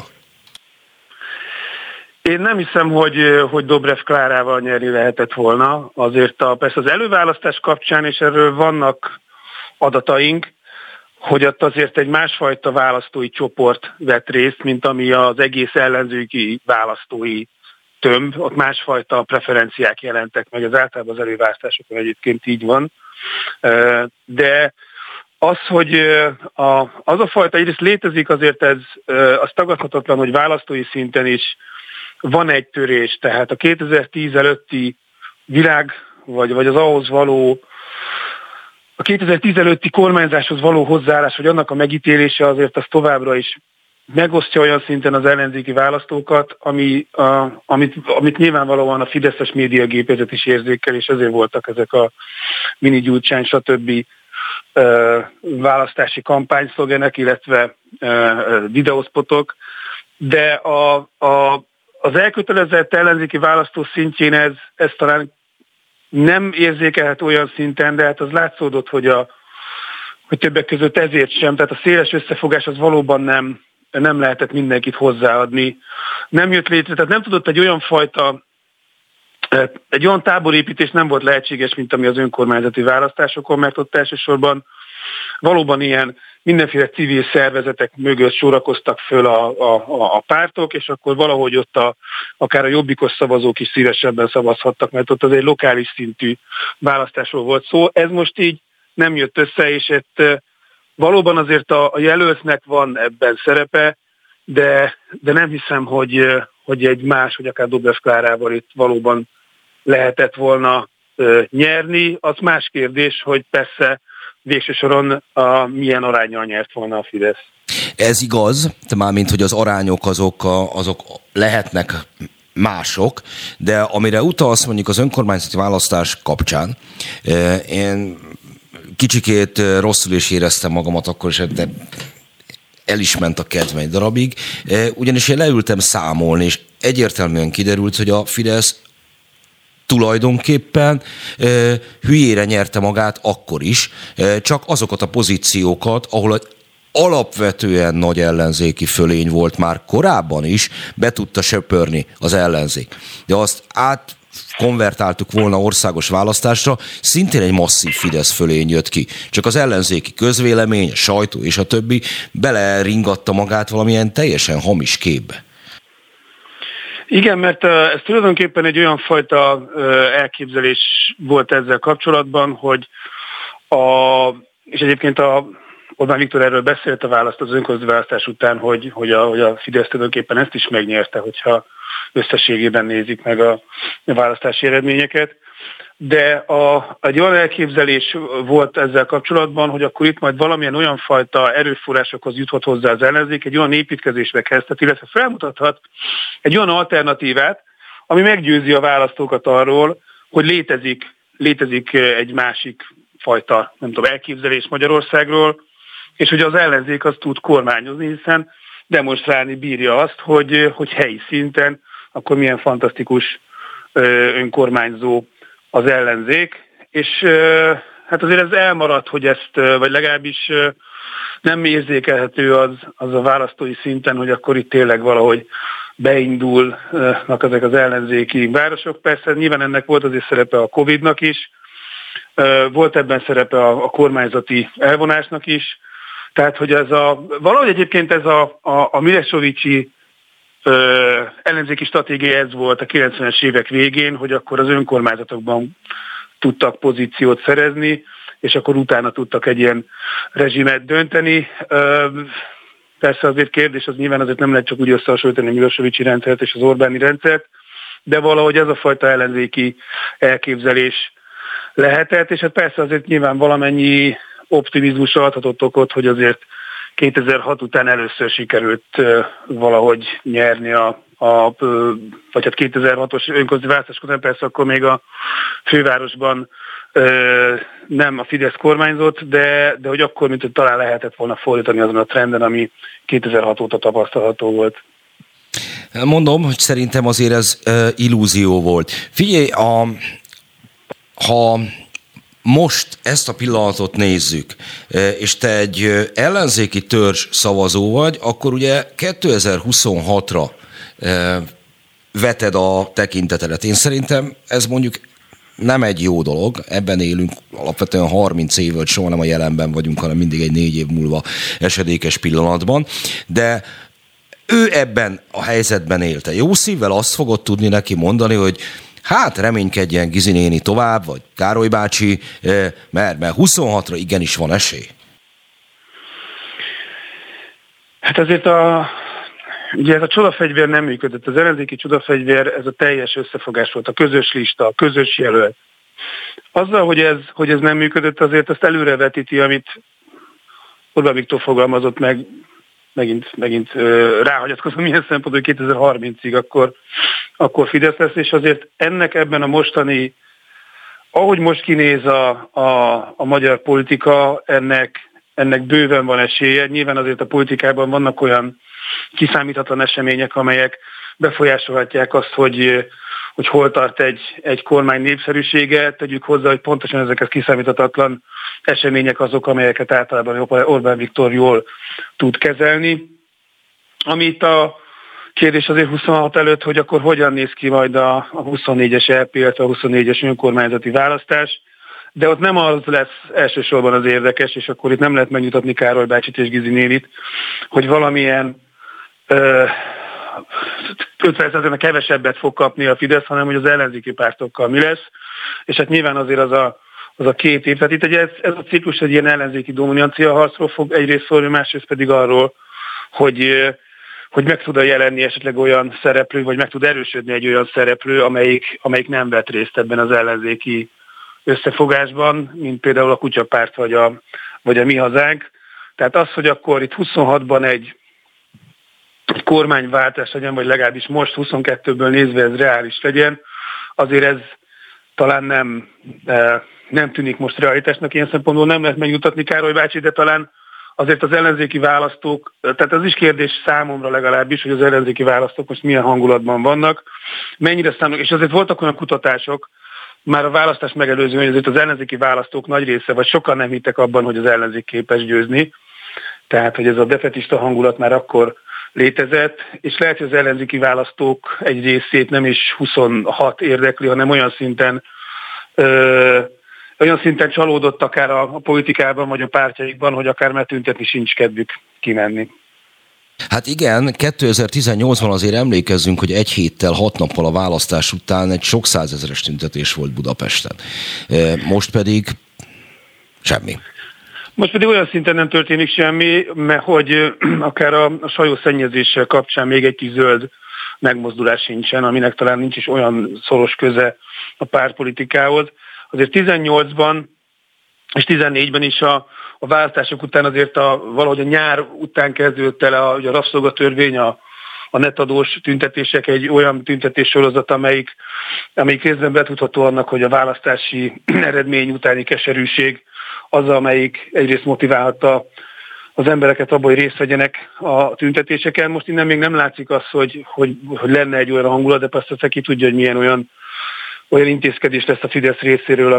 Én nem hiszem, hogy Dobrev Klárával nyerni lehetett volna. Azért persze az előválasztás kapcsán, és erről vannak adataink, hogy ott azért egy másfajta választói csoport vett részt, mint ami az egész ellenzőki választói tömb. Ott másfajta preferenciák jelentek meg, ez általában az előválasztásokon egyébként így van. De az, hogy az a fajta, egyrészt létezik, azért az tagadhatatlan, hogy választói szinten is van egy törés, tehát a 2010 előtti világ, vagy az ahhoz való, a 2010 előtti kormányzáshoz való hozzáállás, vagy annak a megítélése azért az továbbra is megosztja olyan szinten az ellenzéki választókat, amit nyilvánvalóan a fideszes médiagépezet is érzékel, és ezért voltak ezek a mini Gyurcsány, stb. Választási kampányszlogenek, illetve videószpotok, de az elkötelezett ellenzéki választó szintjén ez talán nem érzékelhet olyan szinten, de hát az látszódott, hogy többek között ezért sem, tehát a széles összefogás az valóban nem lehetett mindenkit hozzáadni. Nem jött létre, tehát nem tudott egy olyan fajta Egy olyan táborépítés nem volt lehetséges, mint ami az önkormányzati választásokon, mert ott elsősorban valóban ilyen mindenféle civil szervezetek mögött sorakoztak föl a pártok, és akkor valahogy ott akár a jobbikos szavazók is szívesebben szavazhattak, mert ott az egy lokális szintű választásról volt szó. Ez most így nem jött össze, és valóban azért a jelöltnek van ebben szerepe, de nem hiszem, hogy egy más, vagy akár Dobrev Klárával itt valóban lehetett volna nyerni. Az más kérdés, hogy persze végső soron milyen aránnyal nyert volna a Fidesz. Ez igaz, mármint, hogy az arányok azok lehetnek mások, de amire utalsz mondjuk az önkormányzati választás kapcsán, én kicsikét rosszul is éreztem magamat akkor is, de el is ment a kedve egy darabig, ugyanis én leültem számolni, és egyértelműen kiderült, hogy a Fidesz tulajdonképpen hülyére nyerte magát akkor is, csak azokat a pozíciókat, ahol alapvetően nagy ellenzéki fölény volt már korábban is, be tudta söpörni az ellenzék. De azt konvertáltuk volna országos választásra, szintén egy masszív Fidesz fölény jött ki. Csak az ellenzéki közvélemény, sajtó és a többi beleringatta magát valamilyen teljesen hamis képbe. Igen, mert ez tulajdonképpen egy olyan fajta elképzelés volt ezzel kapcsolatban, hogy és egyébként Orbán Viktor erről beszélt az önkormányzati választás után, hogy a Fidesz tulajdonképpen ezt is megnyerte, hogyha összességében nézik meg a választási eredményeket. De egy olyan elképzelés volt ezzel kapcsolatban, hogy akkor itt majd valamilyen olyan fajta erőforrásokhoz juthat hozzá az ellenzék, egy olyan építkezésbe kezdhet, illetve felmutathat egy olyan alternatívát, ami meggyőzi a választókat arról, hogy létezik egy másik fajta, nem tudom, elképzelés Magyarországról, és hogy az ellenzék azt tud kormányozni, hiszen demonstrálni bírja azt, hogy helyi szinten akkor milyen fantasztikus önkormányzó az ellenzék, és hát azért ez elmaradt, hogy ezt, vagy legalábbis nem érzékelhető az a választói szinten, hogy akkor itt tényleg valahogy beindulnak ezek az ellenzéki városok. Persze nyilván ennek volt azért szerepe a Covid-nak is, volt ebben szerepe a kormányzati elvonásnak is, tehát hogy valahogy egyébként ez a Milesovicsi ellenzéki stratégia ez volt a 90-es évek végén, hogy akkor az önkormányzatokban tudtak pozíciót szerezni, és akkor utána tudtak egy ilyen rezsimet dönteni. Persze azért kérdés, az nyilván azért nem lehet csak úgy összehasonlítani a Milesovicsi rendszert és az Orbáni rendszert, de valahogy ez a fajta ellenzéki elképzelés lehetett, és hát persze azért nyilván valamennyi optimizmusra adhatott okot, hogy azért 2006 után először sikerült valahogy nyerni vagy hát 2006-os önkormányzati választás után persze akkor még a fővárosban nem a Fidesz kormányzott, de hogy akkor, mint hogy talán lehetett volna fordítani azon a trenden, ami 2006 óta tapasztalható volt. Mondom, hogy szerintem azért ez illúzió volt. Figyelj, ha most ezt a pillanatot nézzük, és te egy ellenzéki törzs szavazó vagy, akkor ugye 2026-ra veted a tekintetedet. Én szerintem ez mondjuk nem egy jó dolog, ebben élünk alapvetően 30 év, vagy soha nem a jelenben vagyunk, hanem mindig egy 4 év múlva esedékes pillanatban, de ő ebben a helyzetben élte. Jó szívvel azt fogod tudni neki mondani, hogy hát reménykedjen Gizi néni tovább, vagy Károly bácsi, mert 26-ra igenis van esély. Hát azért ugye ez a csodafegyver nem működött. Az ellenzéki csodafegyver, ez a teljes összefogás volt, a közös lista, a közös jelölt. Azzal, hogy ez nem működött, azért azt előrevetíti, amit Orbán Viktor fogalmazott meg, megint ráhagyatkozom milyen szempontból, hogy 2030-ig akkor Fidesz lesz, és azért ebben a mostani, ahogy most kinéz a magyar politika, ennek bőven van esélye. Nyilván azért a politikában vannak olyan kiszámíthatatlan események, amelyek befolyásolhatják azt, hogy hol tart egy kormány népszerűsége. Tegyük hozzá, hogy pontosan ezek a kiszámíthatatlan események azok, amelyeket általában Orbán Viktor jól tud kezelni. Amit a kérdés azért 26 előtt, hogy akkor hogyan néz ki majd a 24-es EP, illetve a 24-es önkormányzati választás, de ott nem az lesz elsősorban az érdekes, és akkor itt nem lehet megnyugtatni Károly bácsit és Gizi nénit, hogy valamilyen 50%-nak kevesebbet fog kapni a Fidesz, hanem hogy az ellenzéki pártokkal mi lesz, és hát nyilván azért az a 2 év. Tehát itt ez a ciklus egy ilyen ellenzéki dominancia harcról fog egyrészt szólni, másrészt pedig arról, hogy meg tud jelenni esetleg olyan szereplő, vagy meg tud erősödni egy olyan szereplő, amelyik nem vett részt ebben az ellenzéki összefogásban, mint például a Kutyapárt vagy a Mi Hazánk. Tehát az, hogy akkor itt 26-ban egy kormányváltás legyen, vagy legalábbis most 22-ből nézve ez reális legyen, azért ez talán nem tűnik most realitásnak, ilyen szempontból nem lehet megjutatni Károly bácsi, de talán azért az ellenzéki választók, tehát az is kérdés számomra legalábbis, hogy az ellenzéki választók most milyen hangulatban vannak, mennyire számolnak, és azért voltak olyan kutatások, már a választás megelőzően, hogy azért az ellenzéki választók nagy része, vagy sokan nem hittek abban, hogy az ellenzék képes győzni, tehát hogy ez a defetista hangulat már akkor létezett, és lehet, hogy az ellenzéki választók egy részét nem is 26 érdekli, hanem olyan szinten csalódott akár a politikában, vagy a pártjaikban, hogy akár már tüntetni sincs kedvük kimenni. Hát igen, 2018-ban azért emlékezzünk, hogy 1 héttel, 6 nappal a választás után egy sok százezeres tüntetés volt Budapesten. Most pedig semmi. Most pedig olyan szinten nem történik semmi, mert hogy akár a sajószennyezéssel kapcsán még egy kis zöld megmozdulás sincsen, aminek talán nincs is olyan szoros köze a pártpolitikához. Azért 18-ban és 14-ben is a választások után azért valahogy a nyár után kezdődött el a rabszolgatörvény, a netadós tüntetések, egy olyan tüntetéssorozat, amelyik részben betudható annak, hogy a választási eredmény utáni keserűség az, amelyik egyrészt motiválhatta az embereket abban, hogy részt vegyenek a tüntetéseken. Most innen még nem látszik az, hogy lenne egy olyan hangulat, de persze ki tudja, hogy milyen olyan intézkedés lesz a Fidesz részéről,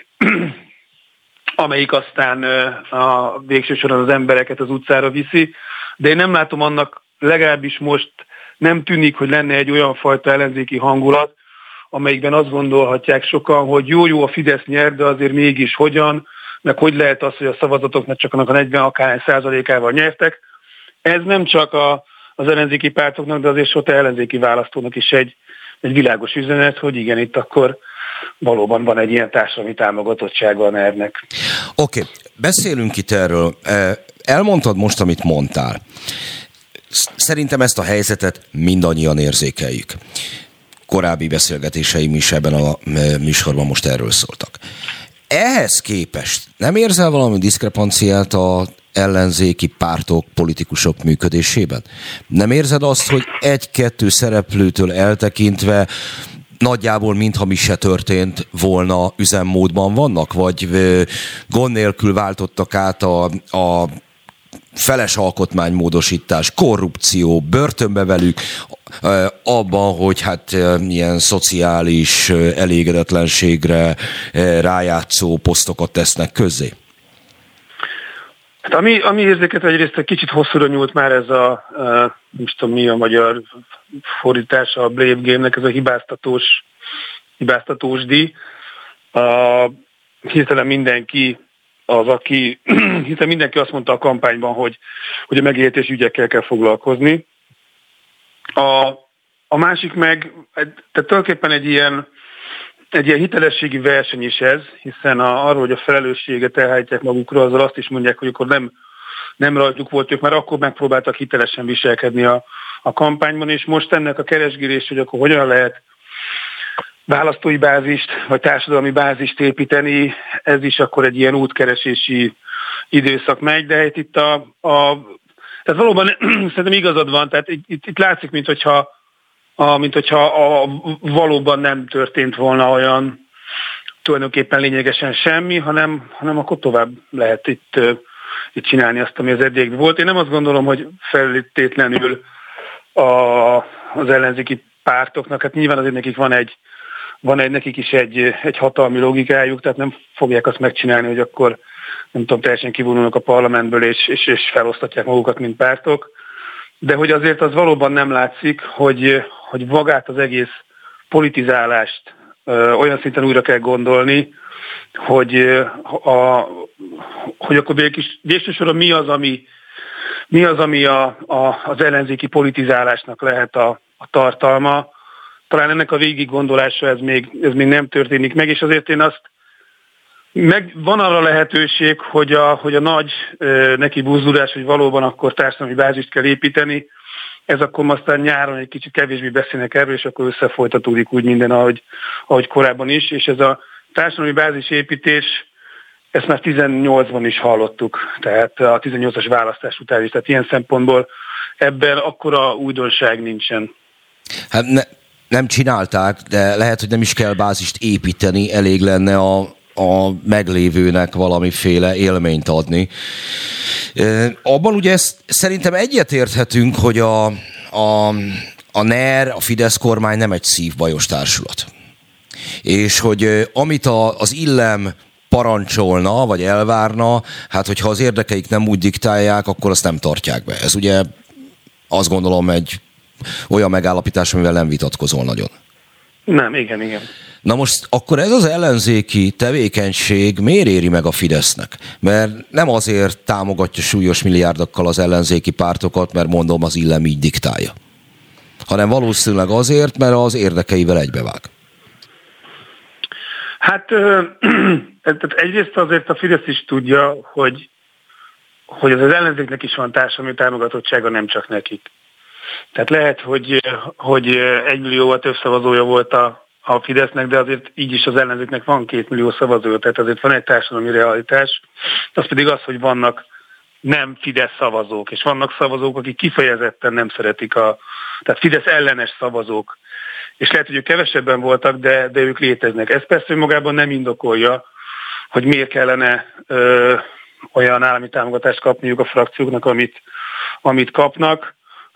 amelyik aztán a végső soron az embereket az utcára viszi. De én nem látom annak, legalábbis most nem tűnik, hogy lenne egy olyan fajta ellenzéki hangulat, amelyikben azt gondolhatják sokan, hogy jó, a Fidesz nyer, de azért mégis hogyan, meg hogy lehet az, hogy a szavazatoknak csak annak a 40% nyertek. Ez nem csak az ellenzéki pártoknak, de azért sok ellenzéki választónak is egy világos üzenet, hogy igen, itt akkor valóban van egy ilyen társadalmi támogatottsága a NER-nek. Oké, beszélünk itt erről. Elmondtad most, amit mondtál. Szerintem ezt a helyzetet mindannyian érzékeljük. Korábbi beszélgetéseim is ebben a műsorban most erről szóltak. Ehhez képest nem érzel valami diszkrepanciát az ellenzéki pártok, politikusok működésében? Nem érzed azt, hogy 1-2 szereplőtől eltekintve nagyjából mintha mi se történt volna üzemmódban vannak? Vagy gond nélkül váltottak át a feles alkotmánymódosítás, korrupció, börtönbe velük, abban, hogy hát ilyen szociális elégedetlenségre rájátszó posztokat tesznek közzé? Hát ami érzéket egyrészt egy kicsit hosszúra nyúlt már ez nem tudom mi a magyar fordítása a Blame Game-nek, ez a hibáztatós díj. Hirtelen mindenki azt mondta a kampányban, hogy a megélhetés ügyekkel kell foglalkozni. A másik meg, tehát tulajdonképpen egy ilyen hitelességi verseny is ez, hiszen arról, hogy a felelősséget elhárítják magukra, azzal azt is mondják, hogy akkor nem rajtuk volt, ők már akkor megpróbáltak hitelesen viselkedni a kampányban, és most ennek a keresgélés, hogy akkor hogyan lehet választói bázist, vagy társadalmi bázist építeni, ez is akkor egy ilyen útkeresési időszak megy, de itt tehát valóban szerintem igazad van, tehát itt látszik, minthogyha valóban nem történt volna olyan tulajdonképpen lényegesen semmi, hanem akkor tovább lehet itt csinálni azt, ami az eddig volt. Én nem azt gondolom, hogy feltétlenül az ellenzéki pártoknak, hát nyilván azért nekik nekik is egy hatalmi logikájuk, tehát nem fogják azt megcsinálni, hogy akkor nem tudom, teljesen kivonulnak a parlamentből, és felosztatják magukat, mint pártok. de hogy azért az valóban nem látszik, hogy magát az egész politizálást olyan szinten újra kell gondolni, hogy akkor végső soron mi az, ami az ellenzéki politizálásnak lehet a tartalma. Talán ennek a végig gondolása ez még nem történik meg, és azért én azt van arra lehetőség, hogy a nagy neki buzdulás, hogy valóban akkor társadalmi bázist kell építeni, ez akkor aztán nyáron egy kicsit kevésbé beszélnek erről, és akkor összefolytatódik úgy minden, ahogy korábban is, és ez a társadalmi bázisépítés, ezt már 18-ban is hallottuk, tehát a 18-as választás után is, tehát ilyen szempontból ebben akkora újdonság nincsen. Hát nem csinálták, de lehet, hogy nem is kell bázist építeni, elég lenne a meglévőnek valamiféle élményt adni. Abban ugye szerintem egyetérthetünk, hogy a NER, a Fidesz kormány nem egy szívbajos társulat. És hogy amit az illem parancsolna, vagy elvárna, hát hogyha az érdekeik nem úgy diktálják, akkor azt nem tartják be. Ez ugye azt gondolom egy olyan megállapítás, amivel nem vitatkozol nagyon. Nem, igen. Na most akkor ez az ellenzéki tevékenység miért éri meg a Fidesznek? Mert nem azért támogatja súlyos milliárdokkal az ellenzéki pártokat, mert mondom az illem így diktálja, hanem valószínűleg azért, mert az érdekeivel egybevág. Hát egyrészt azért a Fidesz is tudja, hogy az ellenzéknek is van társadalmi támogatottsága, nem csak nekik. Tehát lehet, hogy 1 millióval több szavazója volt a Fidesznek, de azért így is az ellenzéknek van 2 millió szavazója, tehát azért van egy társadalmi realitás. Az pedig az, hogy vannak nem Fidesz szavazók, és vannak szavazók, akik kifejezetten nem szeretik tehát Fidesz ellenes szavazók. És lehet, hogy ők kevesebben voltak, de ők léteznek. Ez persze magában nem indokolja, hogy miért kellene olyan állami támogatást kapniuk a frakcióknak, amit kapnak.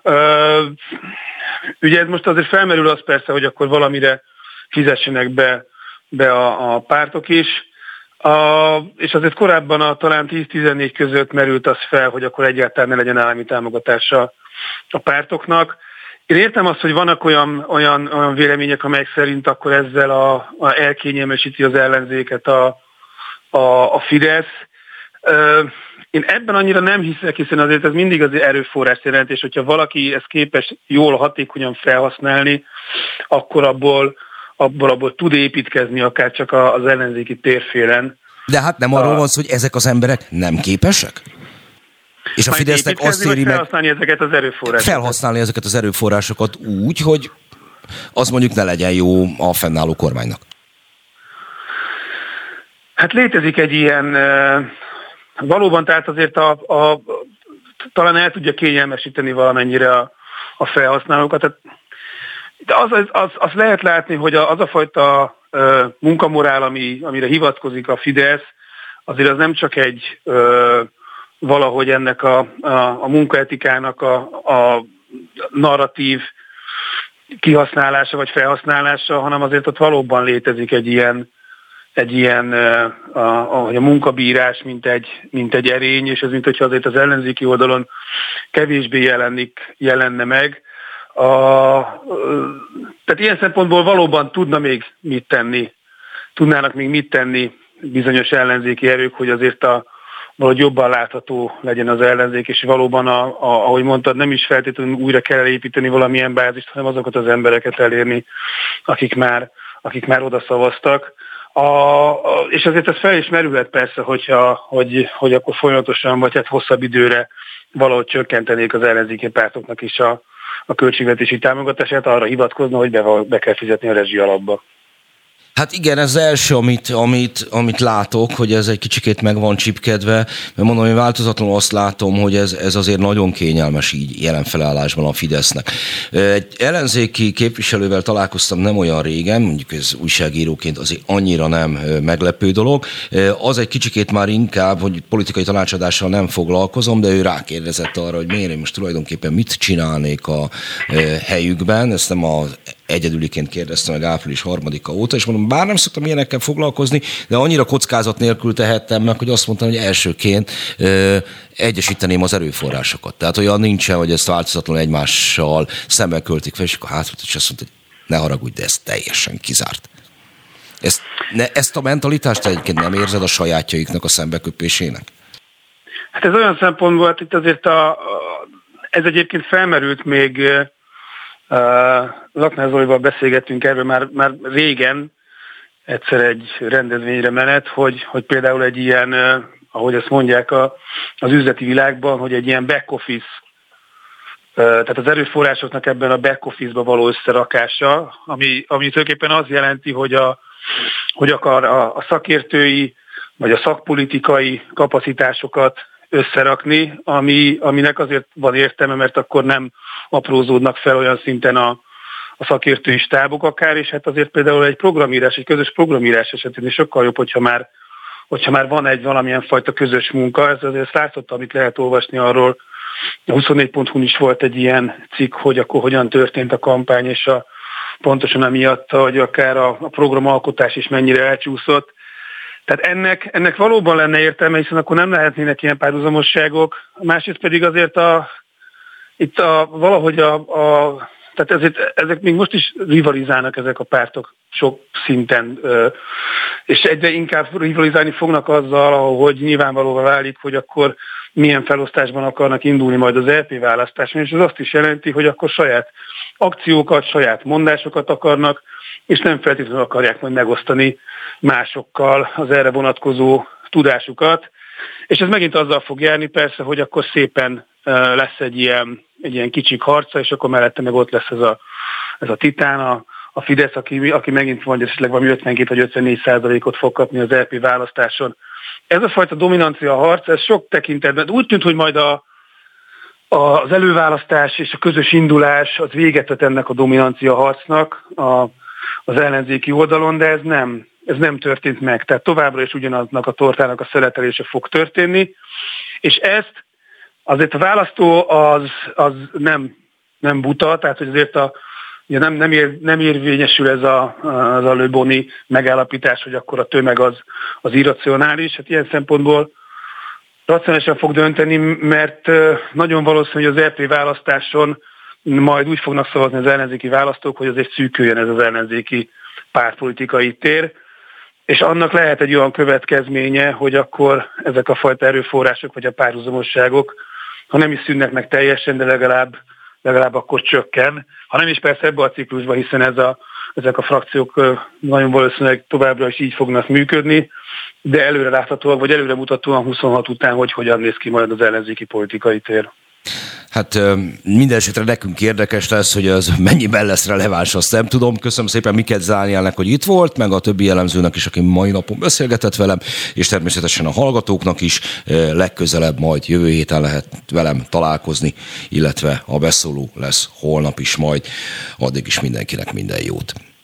Ugye ez most azért felmerül az persze, hogy akkor valamire fizessenek be a pártok is, és azért korábban talán 10-14 között merült az fel, hogy akkor egyáltalán ne legyen állami támogatása a pártoknak. Én értem azt, hogy vannak olyan vélemények, amelyek szerint akkor ezzel elkényelmesíti az ellenzéket a Fidesz. Én ebben annyira nem hiszek, hiszen azért ez mindig az erőforrás jelent, és hogyha valaki ezt képes jól, hatékonyan felhasználni, akkor abból tud építkezni akár csak az ellenzéki térfélen. De hát nem arról van szó, hogy ezek az emberek nem képesek? És a Fidesznek azt éri meg felhasználni ezeket az erőforrásokat úgy, hogy az mondjuk ne legyen jó a fennálló kormánynak. Hát létezik egy ilyen, valóban tehát azért talán el tudja kényelmesíteni valamennyire a felhasználókat. De az lehet látni, hogy az a fajta munkamorál, amire hivatkozik a Fidesz, azért az nem csak egy valahogy ennek a munkaetikának a narratív kihasználása vagy felhasználása, hanem azért ott valóban létezik egy ilyen a munkabírás, mint egy erény, és ez mint hogyha azért az ellenzéki oldalon kevésbé jelenne meg. Tehát ilyen szempontból valóban tudnának még mit tenni bizonyos ellenzéki erők, hogy azért valahogy jobban látható legyen az ellenzék, és valóban, ahogy mondtad, nem is feltétlenül újra kell építeni valamilyen bázist, hanem azokat az embereket elérni, akik már oda szavaztak. És azért ez fel is merülhet persze, hogy akkor folyamatosan, vagy hát hosszabb időre valahogy csökkentenék az ellenzéki pártoknak is a költségvetési támogatását, arra hivatkozna, hogy be kell fizetni a rezsi alapba. Hát igen, ez az első, amit látok, hogy ez egy kicsikét meg van csipkedve, mert mondom, én változatlanul azt látom, hogy ez azért nagyon kényelmes így jelen felállásban a Fidesznek. Egy ellenzéki képviselővel találkoztam nem olyan régen, mondjuk ez újságíróként azért annyira nem meglepő dolog. Az egy kicsikét már inkább, hogy politikai tanácsadással nem foglalkozom, de ő rákérdezett arra, hogy miért én most tulajdonképpen mit csinálnék a helyükben, ezt nem az egyedüliként kérdezte meg április 3-a óta, és mondom, bár nem szoktam ilyenekkel foglalkozni, de annyira kockázat nélkül tehettem meg, hogy azt mondtam, hogy elsőként egyesíteném az erőforrásokat. Tehát olyan nincsen, hogy ezt változatlanul egymással szemben költik fel, és akkor és azt mondta, hogy ne haragudj, de ez teljesen kizárt. Ezt a mentalitást egyébként nem érzed a sajátjaiknak a szembeköpésének? Hát ez olyan szempontból, hát itt azért ez egyébként felmerült még, Lakner Zolival beszélgettünk erről már régen, egyszer egy rendezvényre menet, hogy például egy ilyen, ahogy ezt mondják az üzleti világban, hogy egy ilyen back office, tehát az erőforrásoknak ebben a back office-ba való összerakása, ami tulajdonképpen azt jelenti, hogy akar a szakértői vagy a szakpolitikai kapacitásokat összerakni, aminek azért van értelme, mert akkor nem aprózódnak fel olyan szinten a szakértői stábok akár, és hát azért például egy közös programírás esetén is sokkal jobb, hogyha már van egy valamilyen fajta közös munka. Ez azért látszott, amit lehet olvasni arról. A 24.hu-n is volt egy ilyen cikk, hogy akkor hogyan történt a kampány, és pontosan emiatt, hogy akár a programalkotás is mennyire elcsúszott. Tehát ennek valóban lenne értelme, hiszen akkor nem lehetnének ilyen párhuzamosságok. Másrészt pedig azért tehát ezek még most is rivalizálnak ezek a pártok sok szinten, és egyre inkább rivalizálni fognak azzal, hogy nyilvánvalóvá válik, hogy akkor milyen felosztásban akarnak indulni majd az EP választáson, és ez azt is jelenti, hogy akkor saját akciókat, saját mondásokat akarnak, és nem feltétlenül akarják majd megosztani másokkal az erre vonatkozó tudásukat. És ez megint azzal fog járni persze, hogy akkor szépen lesz egy ilyen kicsik harca, és akkor mellette meg ott lesz ez a titán, a Fidesz, aki megint majd esetleg valami 52 vagy 54%-ot fog kapni az EP választáson. Ez a fajta dominancia harc, ez sok tekintetben úgy tűnt, hogy majd az előválasztás és a közös indulás az véget vet ennek a dominancia harcnak az ellenzéki oldalon, de ez nem történt meg. Tehát továbbra is ugyanaznak a tortának a szeletelése fog történni, és ezt azért a választó az nem buta, tehát hogy azért ugye nem érvényesül ez az Le Boni megállapítás, hogy akkor a tömeg az irracionális. Hát ilyen szempontból racionálisan fog dönteni, mert nagyon valószínű, hogy az EP választáson majd úgy fognak szavazni az ellenzéki választók, hogy azért szűküljön ez az ellenzéki pártpolitikai tér, és annak lehet egy olyan következménye, hogy akkor ezek a fajta erőforrások vagy a párhuzamosságok, ha nem is szűnnek meg teljesen, de legalább akkor csökken. Ha nem is persze ebbe a ciklusba, hiszen ezek a frakciók nagyon valószínűleg továbbra is így fognak működni, de előre láthatóan, vagy előre mutatóan 26 után, hogy hogyan néz ki majd az ellenzéki politikai tér. Hát minden esetre nekünk érdekes lesz, hogy az mennyiben lesz releváns, azt nem tudom. Köszönöm szépen Miketz Dánielnek, hogy itt volt, meg a többi elemzőnek is, aki mai napon beszélgetett velem, és természetesen a hallgatóknak is. Legközelebb majd jövő héten lehet velem találkozni, illetve a beszóló lesz holnap is majd. Addig is mindenkinek minden jót.